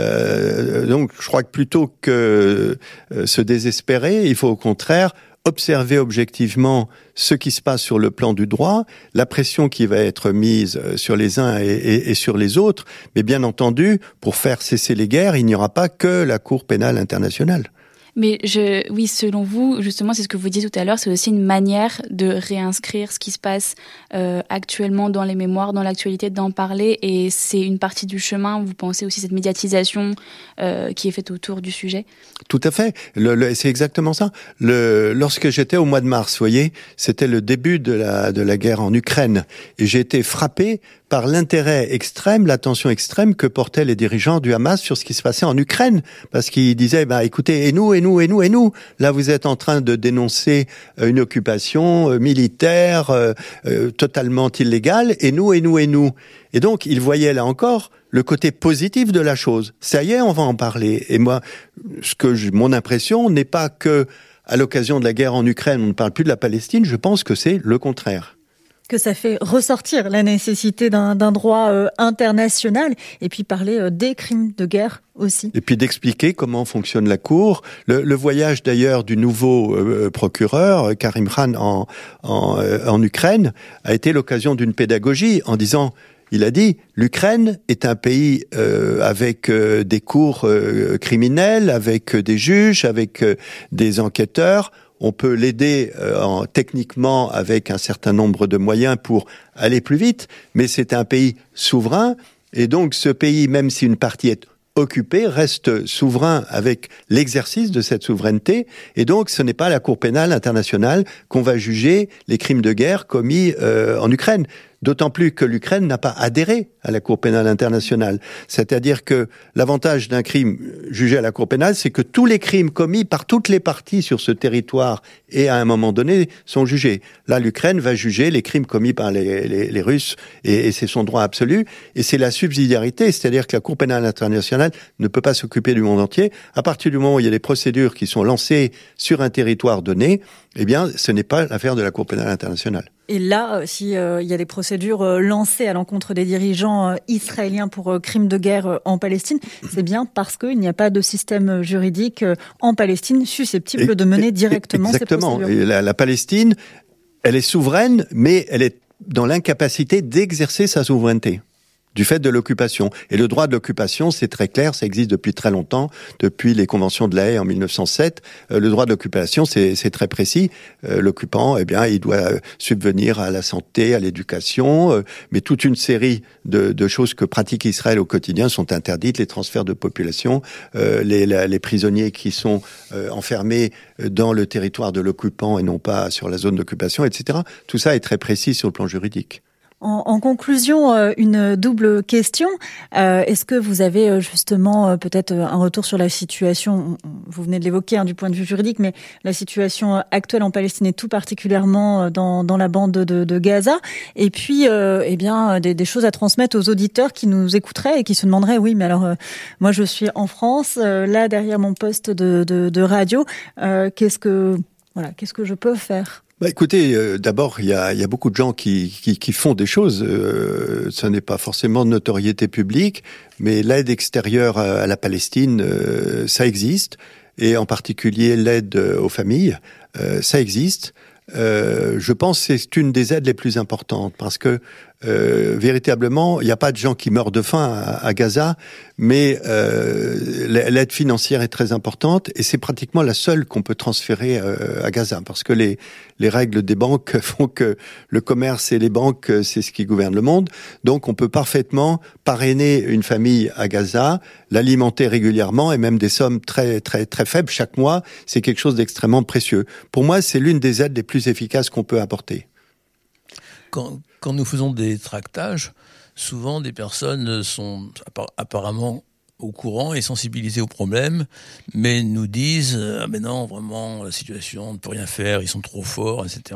Euh, donc je crois que plutôt que euh, se désespérer, il faut au contraire observer objectivement ce qui se passe sur le plan du droit, la pression qui va être mise sur les uns et, et, et sur les autres, mais bien entendu, pour faire cesser les guerres, il n'y aura pas que la Cour pénale internationale. Mais je, oui, selon vous, justement, c'est ce que vous disiez tout à l'heure, c'est aussi une manière de réinscrire ce qui se passe euh, actuellement dans les mémoires, dans l'actualité, d'en parler, et c'est une partie du chemin. Vous pensez aussi cette médiatisation euh, qui est faite autour du sujet? Tout à fait. Le, le, c'est exactement ça. Le, lorsque j'étais au mois de mars, vous voyez, c'était le début de la de la guerre en Ukraine, et j'ai été frappé par l'intérêt extrême, l'attention extrême que portaient les dirigeants du Hamas sur ce qui se passait en Ukraine, parce qu'ils disaient, bah écoutez, et nous, et nous, et nous, et nous, là vous êtes en train de dénoncer une occupation militaire euh, euh, totalement illégale, et nous, et nous, et nous. Et donc ils voyaient là encore le côté positif de la chose. Ça y est, on va en parler. Et moi, ce que je, mon impression n'est pas que à l'occasion de la guerre en Ukraine, on ne parle plus de la Palestine. Je pense que c'est le contraire. Que ça fait ressortir la nécessité d'un, d'un droit euh, international, et puis parler euh, des crimes de guerre aussi. Et puis d'expliquer comment fonctionne la Cour. Le, le voyage d'ailleurs du nouveau euh, procureur, Karim Khan, en, en, euh, en Ukraine, a été l'occasion d'une pédagogie en disant, il a dit, l'Ukraine est un pays euh, avec euh, des cours euh, criminelles, avec euh, des juges, avec euh, des enquêteurs. On peut l'aider euh, en, techniquement avec un certain nombre de moyens pour aller plus vite, mais c'est un pays souverain, et donc ce pays, même si une partie est occupée, reste souverain avec l'exercice de cette souveraineté, et donc ce n'est pas la Cour pénale internationale qu'on va juger les crimes de guerre commis euh, en Ukraine. D'autant plus que l'Ukraine n'a pas adhéré à la Cour pénale internationale. C'est-à-dire que l'avantage d'un crime jugé à la Cour pénale, c'est que tous les crimes commis par toutes les parties sur ce territoire et à un moment donné sont jugés. Là, l'Ukraine va juger les crimes commis par les, les, les Russes et, et c'est son droit absolu. Et c'est la subsidiarité, c'est-à-dire que la Cour pénale internationale ne peut pas s'occuper du monde entier. À partir du moment où il y a des procédures qui sont lancées sur un territoire donné, eh bien, ce n'est pas l'affaire de la Cour pénale internationale. Et là, si euh, il y a des procédures euh, lancées à l'encontre des dirigeants euh, israéliens pour euh, crimes de guerre euh, en Palestine, c'est bien parce qu'il n'y a pas de système juridique euh, en Palestine susceptible et, de mener directement exactement. ces procédures. Et la, la Palestine, elle est souveraine, mais elle est dans l'incapacité d'exercer sa souveraineté du fait de l'occupation. Et le droit de l'occupation, c'est très clair, ça existe depuis très longtemps, depuis les conventions de La Haye en mille neuf cent sept. Euh, le droit de l'occupation, c'est, c'est très précis. Euh, l'occupant, eh bien, il doit subvenir à la santé, à l'éducation, euh, mais toute une série de, de choses que pratique Israël au quotidien sont interdites, les transferts de population, euh, les, la, les prisonniers qui sont euh, enfermés dans le territoire de l'occupant et non pas sur la zone d'occupation, et cetera. Tout ça est très précis sur le plan juridique. En, en conclusion, une double question. Euh, est-ce que vous avez justement peut-être un retour sur la situation, vous venez de l'évoquer hein, du point de vue juridique, mais la situation actuelle en Palestine et tout particulièrement dans, dans la bande de, de Gaza, et puis euh, eh bien des, des choses à transmettre aux auditeurs qui nous écouteraient et qui se demanderaient, oui, mais alors euh, moi je suis en France, euh, là derrière mon poste de, de, de radio, euh, qu'est-ce que voilà, qu'est-ce que je peux faire ? Bah écoutez, euh, d'abord, il y a, y a beaucoup de gens qui, qui, qui font des choses. Euh, ça n'est pas forcément de notoriété publique, mais l'aide extérieure à, à la Palestine, euh, ça existe. Et en particulier l'aide aux familles, euh, ça existe. Euh, je pense que c'est une des aides les plus importantes parce que euh, véritablement, il n'y a pas de gens qui meurent de faim à, à Gaza, mais euh, l'aide financière est très importante et c'est pratiquement la seule qu'on peut transférer euh, à Gaza parce que les, les règles des banques font que le commerce et les banques, c'est ce qui gouverne le monde. Donc, on peut parfaitement parrainer une famille à Gaza, l'alimenter régulièrement et même des sommes très, très, très faibles chaque mois. C'est quelque chose d'extrêmement précieux. Pour moi, c'est l'une des aides les plus efficaces qu'on peut apporter. Quand, quand nous faisons des tractages, souvent des personnes sont apparemment au courant et sensibilisées au problème, mais nous disent « Ah mais non, vraiment, la situation, on ne peut rien faire, ils sont trop forts, et cetera »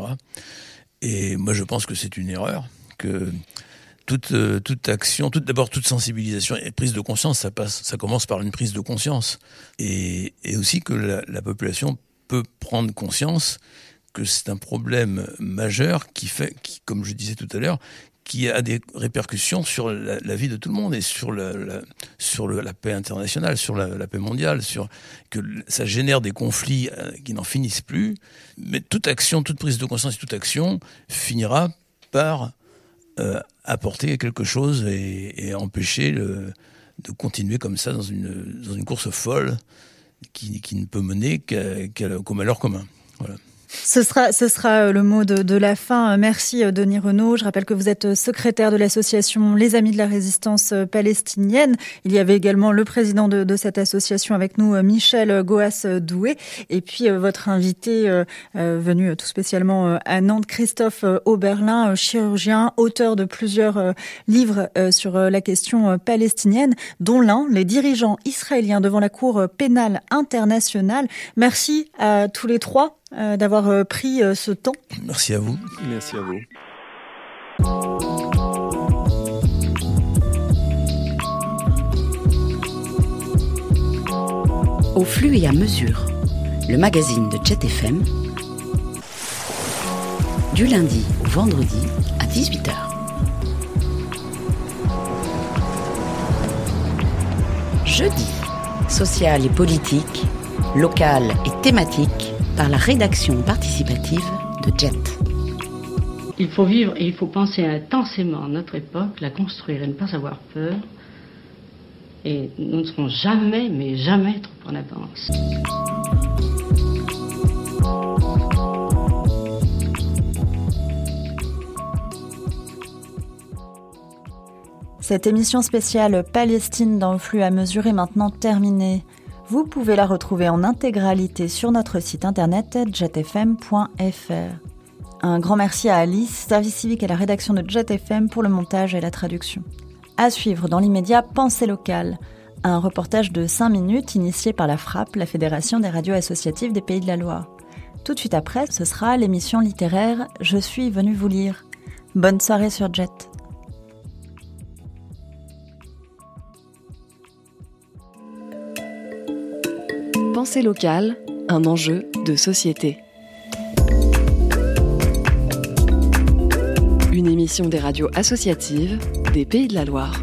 Et moi, je pense que c'est une erreur, que toute, toute action, toute, d'abord toute sensibilisation et prise de conscience, ça, passe, ça commence par une prise de conscience. Et, et aussi que la, la population peut prendre conscience que c'est un problème majeur qui fait, qui, comme je disais tout à l'heure, qui a des répercussions sur la, la vie de tout le monde et sur, la, la, sur le, la paix internationale, sur la, la paix mondiale, sur que ça génère des conflits qui n'en finissent plus. Mais toute action, toute prise de conscience et toute action finira par euh, apporter quelque chose et, et empêcher le, de continuer comme ça dans une, dans une course folle qui, qui ne peut mener qu'à, qu'à, qu'au malheur commun. Voilà. Ce sera, ce sera le mot de, de la fin. Merci Denis Renaud. Je rappelle que vous êtes secrétaire de l'association Les Amis de la Résistance palestinienne. Il y avait également le président de, de cette association avec nous, Michel Goas-Doué. Et puis votre invité euh, venu tout spécialement à Nantes, Christophe Oberlin, chirurgien, auteur de plusieurs euh, livres euh, sur la question palestinienne, dont l'un, Les dirigeants israéliens devant la Cour pénale internationale. Merci à tous les trois d'avoir pris ce temps. Merci à vous. Merci à vous. Au flux et à mesure, le magazine de Jet F M, du lundi au vendredi à dix-huit heures. Jeudi, social et politique, local et thématique, par la rédaction participative de Jet. Il faut vivre et il faut penser intensément notre époque, la construire et ne pas avoir peur. Et nous ne serons jamais, mais jamais trop en avance. Cette émission spéciale Palestine dans le flux à mesure est maintenant terminée. Vous pouvez la retrouver en intégralité sur notre site internet jet f m point f r. Un grand merci à Alice, service civique et la rédaction de Jet F M pour le montage et la traduction. À suivre dans l'immédiat, Pensée locale, un reportage de cinq minutes initié par la FRAPP, la Fédération des radios associatives des Pays de la Loire. Tout de suite après, ce sera l'émission littéraire « Je suis venu vous lire ». Bonne soirée sur Jet. Pensée locale, un enjeu de société. Une émission des radios associatives des Pays de la Loire.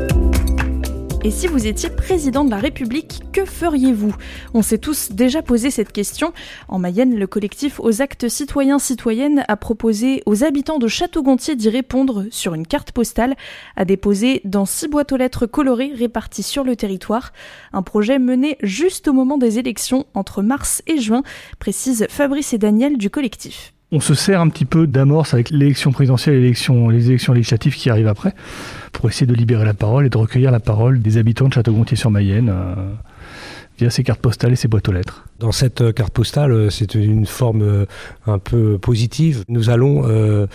Et si vous étiez président de la République, que feriez-vous ? On s'est tous déjà posé cette question. En Mayenne, le collectif Aux Actes Citoyens-Citoyennes a proposé aux habitants de Château-Gontier d'y répondre sur une carte postale à déposer dans six boîtes aux lettres colorées réparties sur le territoire. Un projet mené juste au moment des élections, entre mars et juin, précisent Fabrice et Daniel du collectif. On se sert un petit peu d'amorce avec l'élection présidentielle et l'élection, les élections législatives qui arrivent après, pour essayer de libérer la parole et de recueillir la parole des habitants de Château-Gontier-sur-Mayenne euh, via ces cartes postales et ces boîtes aux lettres. Dans cette carte postale, c'est une forme un peu positive. Nous allons euh,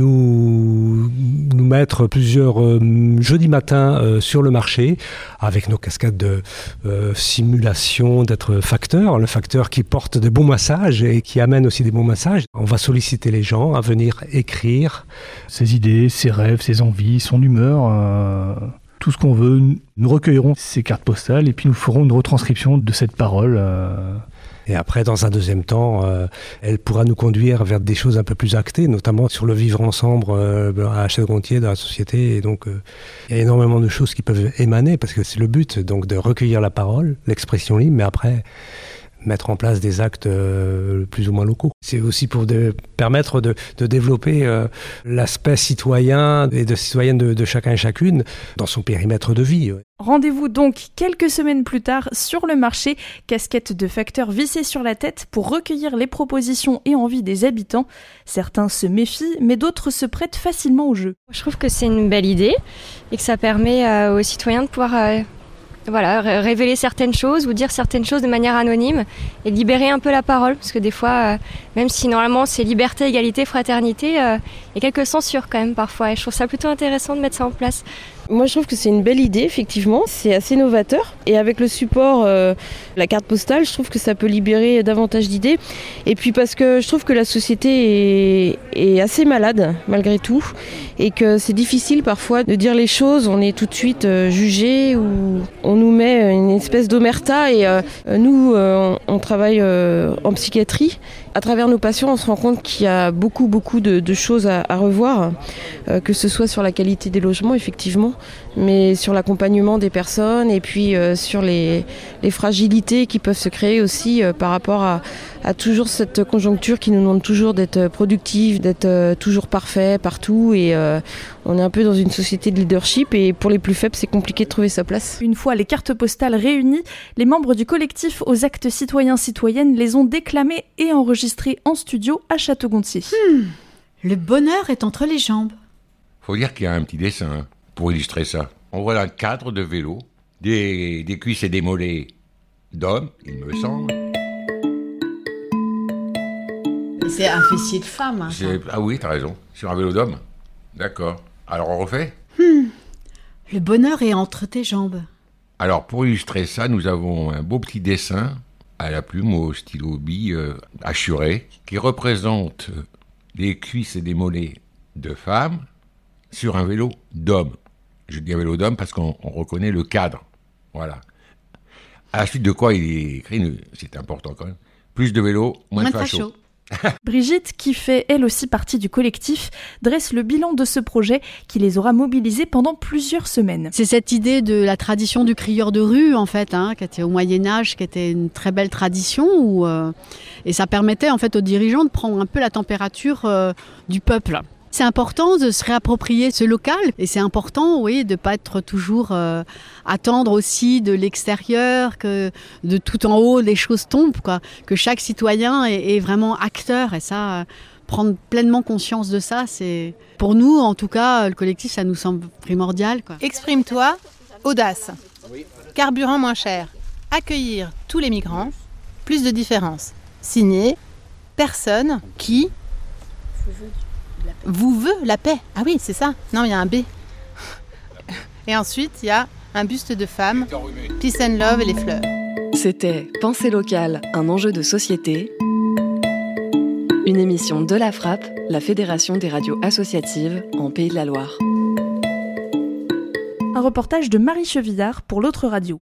nous, nous mettre plusieurs euh, jeudis matins euh, sur le marché avec nos cascades de euh, simulation d'être facteur, le facteur qui porte de bons massages et qui amène aussi des bons massages. On va solliciter les gens à venir écrire ses idées, ses rêves, ses envies, son humeur. Euh... Tout ce qu'on veut, nous recueillerons ces cartes postales et puis nous ferons une retranscription de cette parole. Euh... Et après, dans un deuxième temps, euh, elle pourra nous conduire vers des choses un peu plus actées, notamment sur le vivre ensemble euh, à Château-Gontier, dans la société. Et donc, euh, il y a énormément de choses qui peuvent émaner, parce que c'est le but, donc, de recueillir la parole, l'expression libre, mais après, mettre en place des actes euh, plus ou moins locaux. C'est aussi pour de, permettre de, de développer euh, l'aspect citoyen et de citoyenne de, de chacun et chacune dans son périmètre de vie. Ouais. Rendez-vous donc quelques semaines plus tard sur le marché, casquette de facteur vissée sur la tête pour recueillir les propositions et envies des habitants. Certains se méfient, mais d'autres se prêtent facilement au jeu. Je trouve que c'est une belle idée et que ça permet euh, aux citoyens de pouvoir... Euh Voilà, révéler certaines choses ou dire certaines choses de manière anonyme et libérer un peu la parole, parce que des fois, euh, même si normalement c'est liberté, égalité, fraternité, euh, il y a quelques censures quand même parfois, et je trouve ça plutôt intéressant de mettre ça en place. Moi je trouve que c'est une belle idée, effectivement, c'est assez novateur, et avec le support, euh, la carte postale, je trouve que ça peut libérer davantage d'idées, et puis parce que je trouve que la société est, est assez malade malgré tout, et que c'est difficile parfois de dire les choses, on est tout de suite euh, jugé, ou on nous met une espèce d'omerta, et euh, nous euh, on, on travaille euh, en psychiatrie, À travers nos patients, on se rend compte qu'il y a beaucoup, beaucoup de, de choses à, à revoir, euh, que ce soit sur la qualité des logements, effectivement, mais sur l'accompagnement des personnes et puis euh, sur les, les fragilités qui peuvent se créer aussi euh, par rapport à, à toujours cette conjoncture qui nous demande toujours d'être productif, d'être euh, toujours parfait partout. Et euh, on est un peu dans une société de leadership et pour les plus faibles, c'est compliqué de trouver sa place. Une fois les cartes postales réunies, les membres du collectif aux actes citoyens-citoyennes les ont déclamées et enregistrées en studio à Château-Gontier. Hmm, le bonheur est entre les jambes. Faut dire qu'il y a un petit dessin hein, pour illustrer ça. On voit un cadre de vélo, des, des cuisses et des mollets d'hommes, il me semble. C'est un fessier de femme. Hein, c'est... Ah oui, t'as raison. Sur un vélo d'homme. D'accord. Alors on refait hmm. Le bonheur est entre tes jambes. Alors pour illustrer ça, nous avons un beau petit dessin à la plume, au stylo bille euh, hachuré, qui représente des cuisses et des mollets de femmes sur un vélo d'homme. Je dis un vélo d'homme parce qu'on on reconnaît le cadre. Voilà. À la suite de quoi il est écrit, c'est important quand même, plus de vélos, moins, moins de fachos. fachos. Brigitte, qui fait elle aussi partie du collectif, dresse le bilan de ce projet qui les aura mobilisés pendant plusieurs semaines. C'est cette idée de la tradition du crieur de rue, en fait, hein, qui était au Moyen-Âge, qui était une très belle tradition, où, euh, et ça permettait en fait aux dirigeants de prendre un peu la température euh, du peuple. C'est important de se réapproprier ce local et c'est important, oui, de ne pas être toujours euh, attendre aussi de l'extérieur, que de tout en haut les choses tombent, quoi. Que chaque citoyen est, est vraiment acteur et ça, euh, prendre pleinement conscience de ça, c'est pour nous, en tout cas, le collectif, ça nous semble primordial, quoi. Exprime-toi, audace, carburant moins cher, accueillir tous les migrants, plus de différence. Signé, personne qui... vous veut la paix. Ah oui, c'est ça. Non, il y a un B. Et ensuite, il y a un buste de femme, Peace and Love et les fleurs. C'était Pensée locale, un enjeu de société. Une émission de la Frappe, la Fédération des radios associatives en Pays de la Loire. Un reportage de Marie Chevillard pour l'autre radio.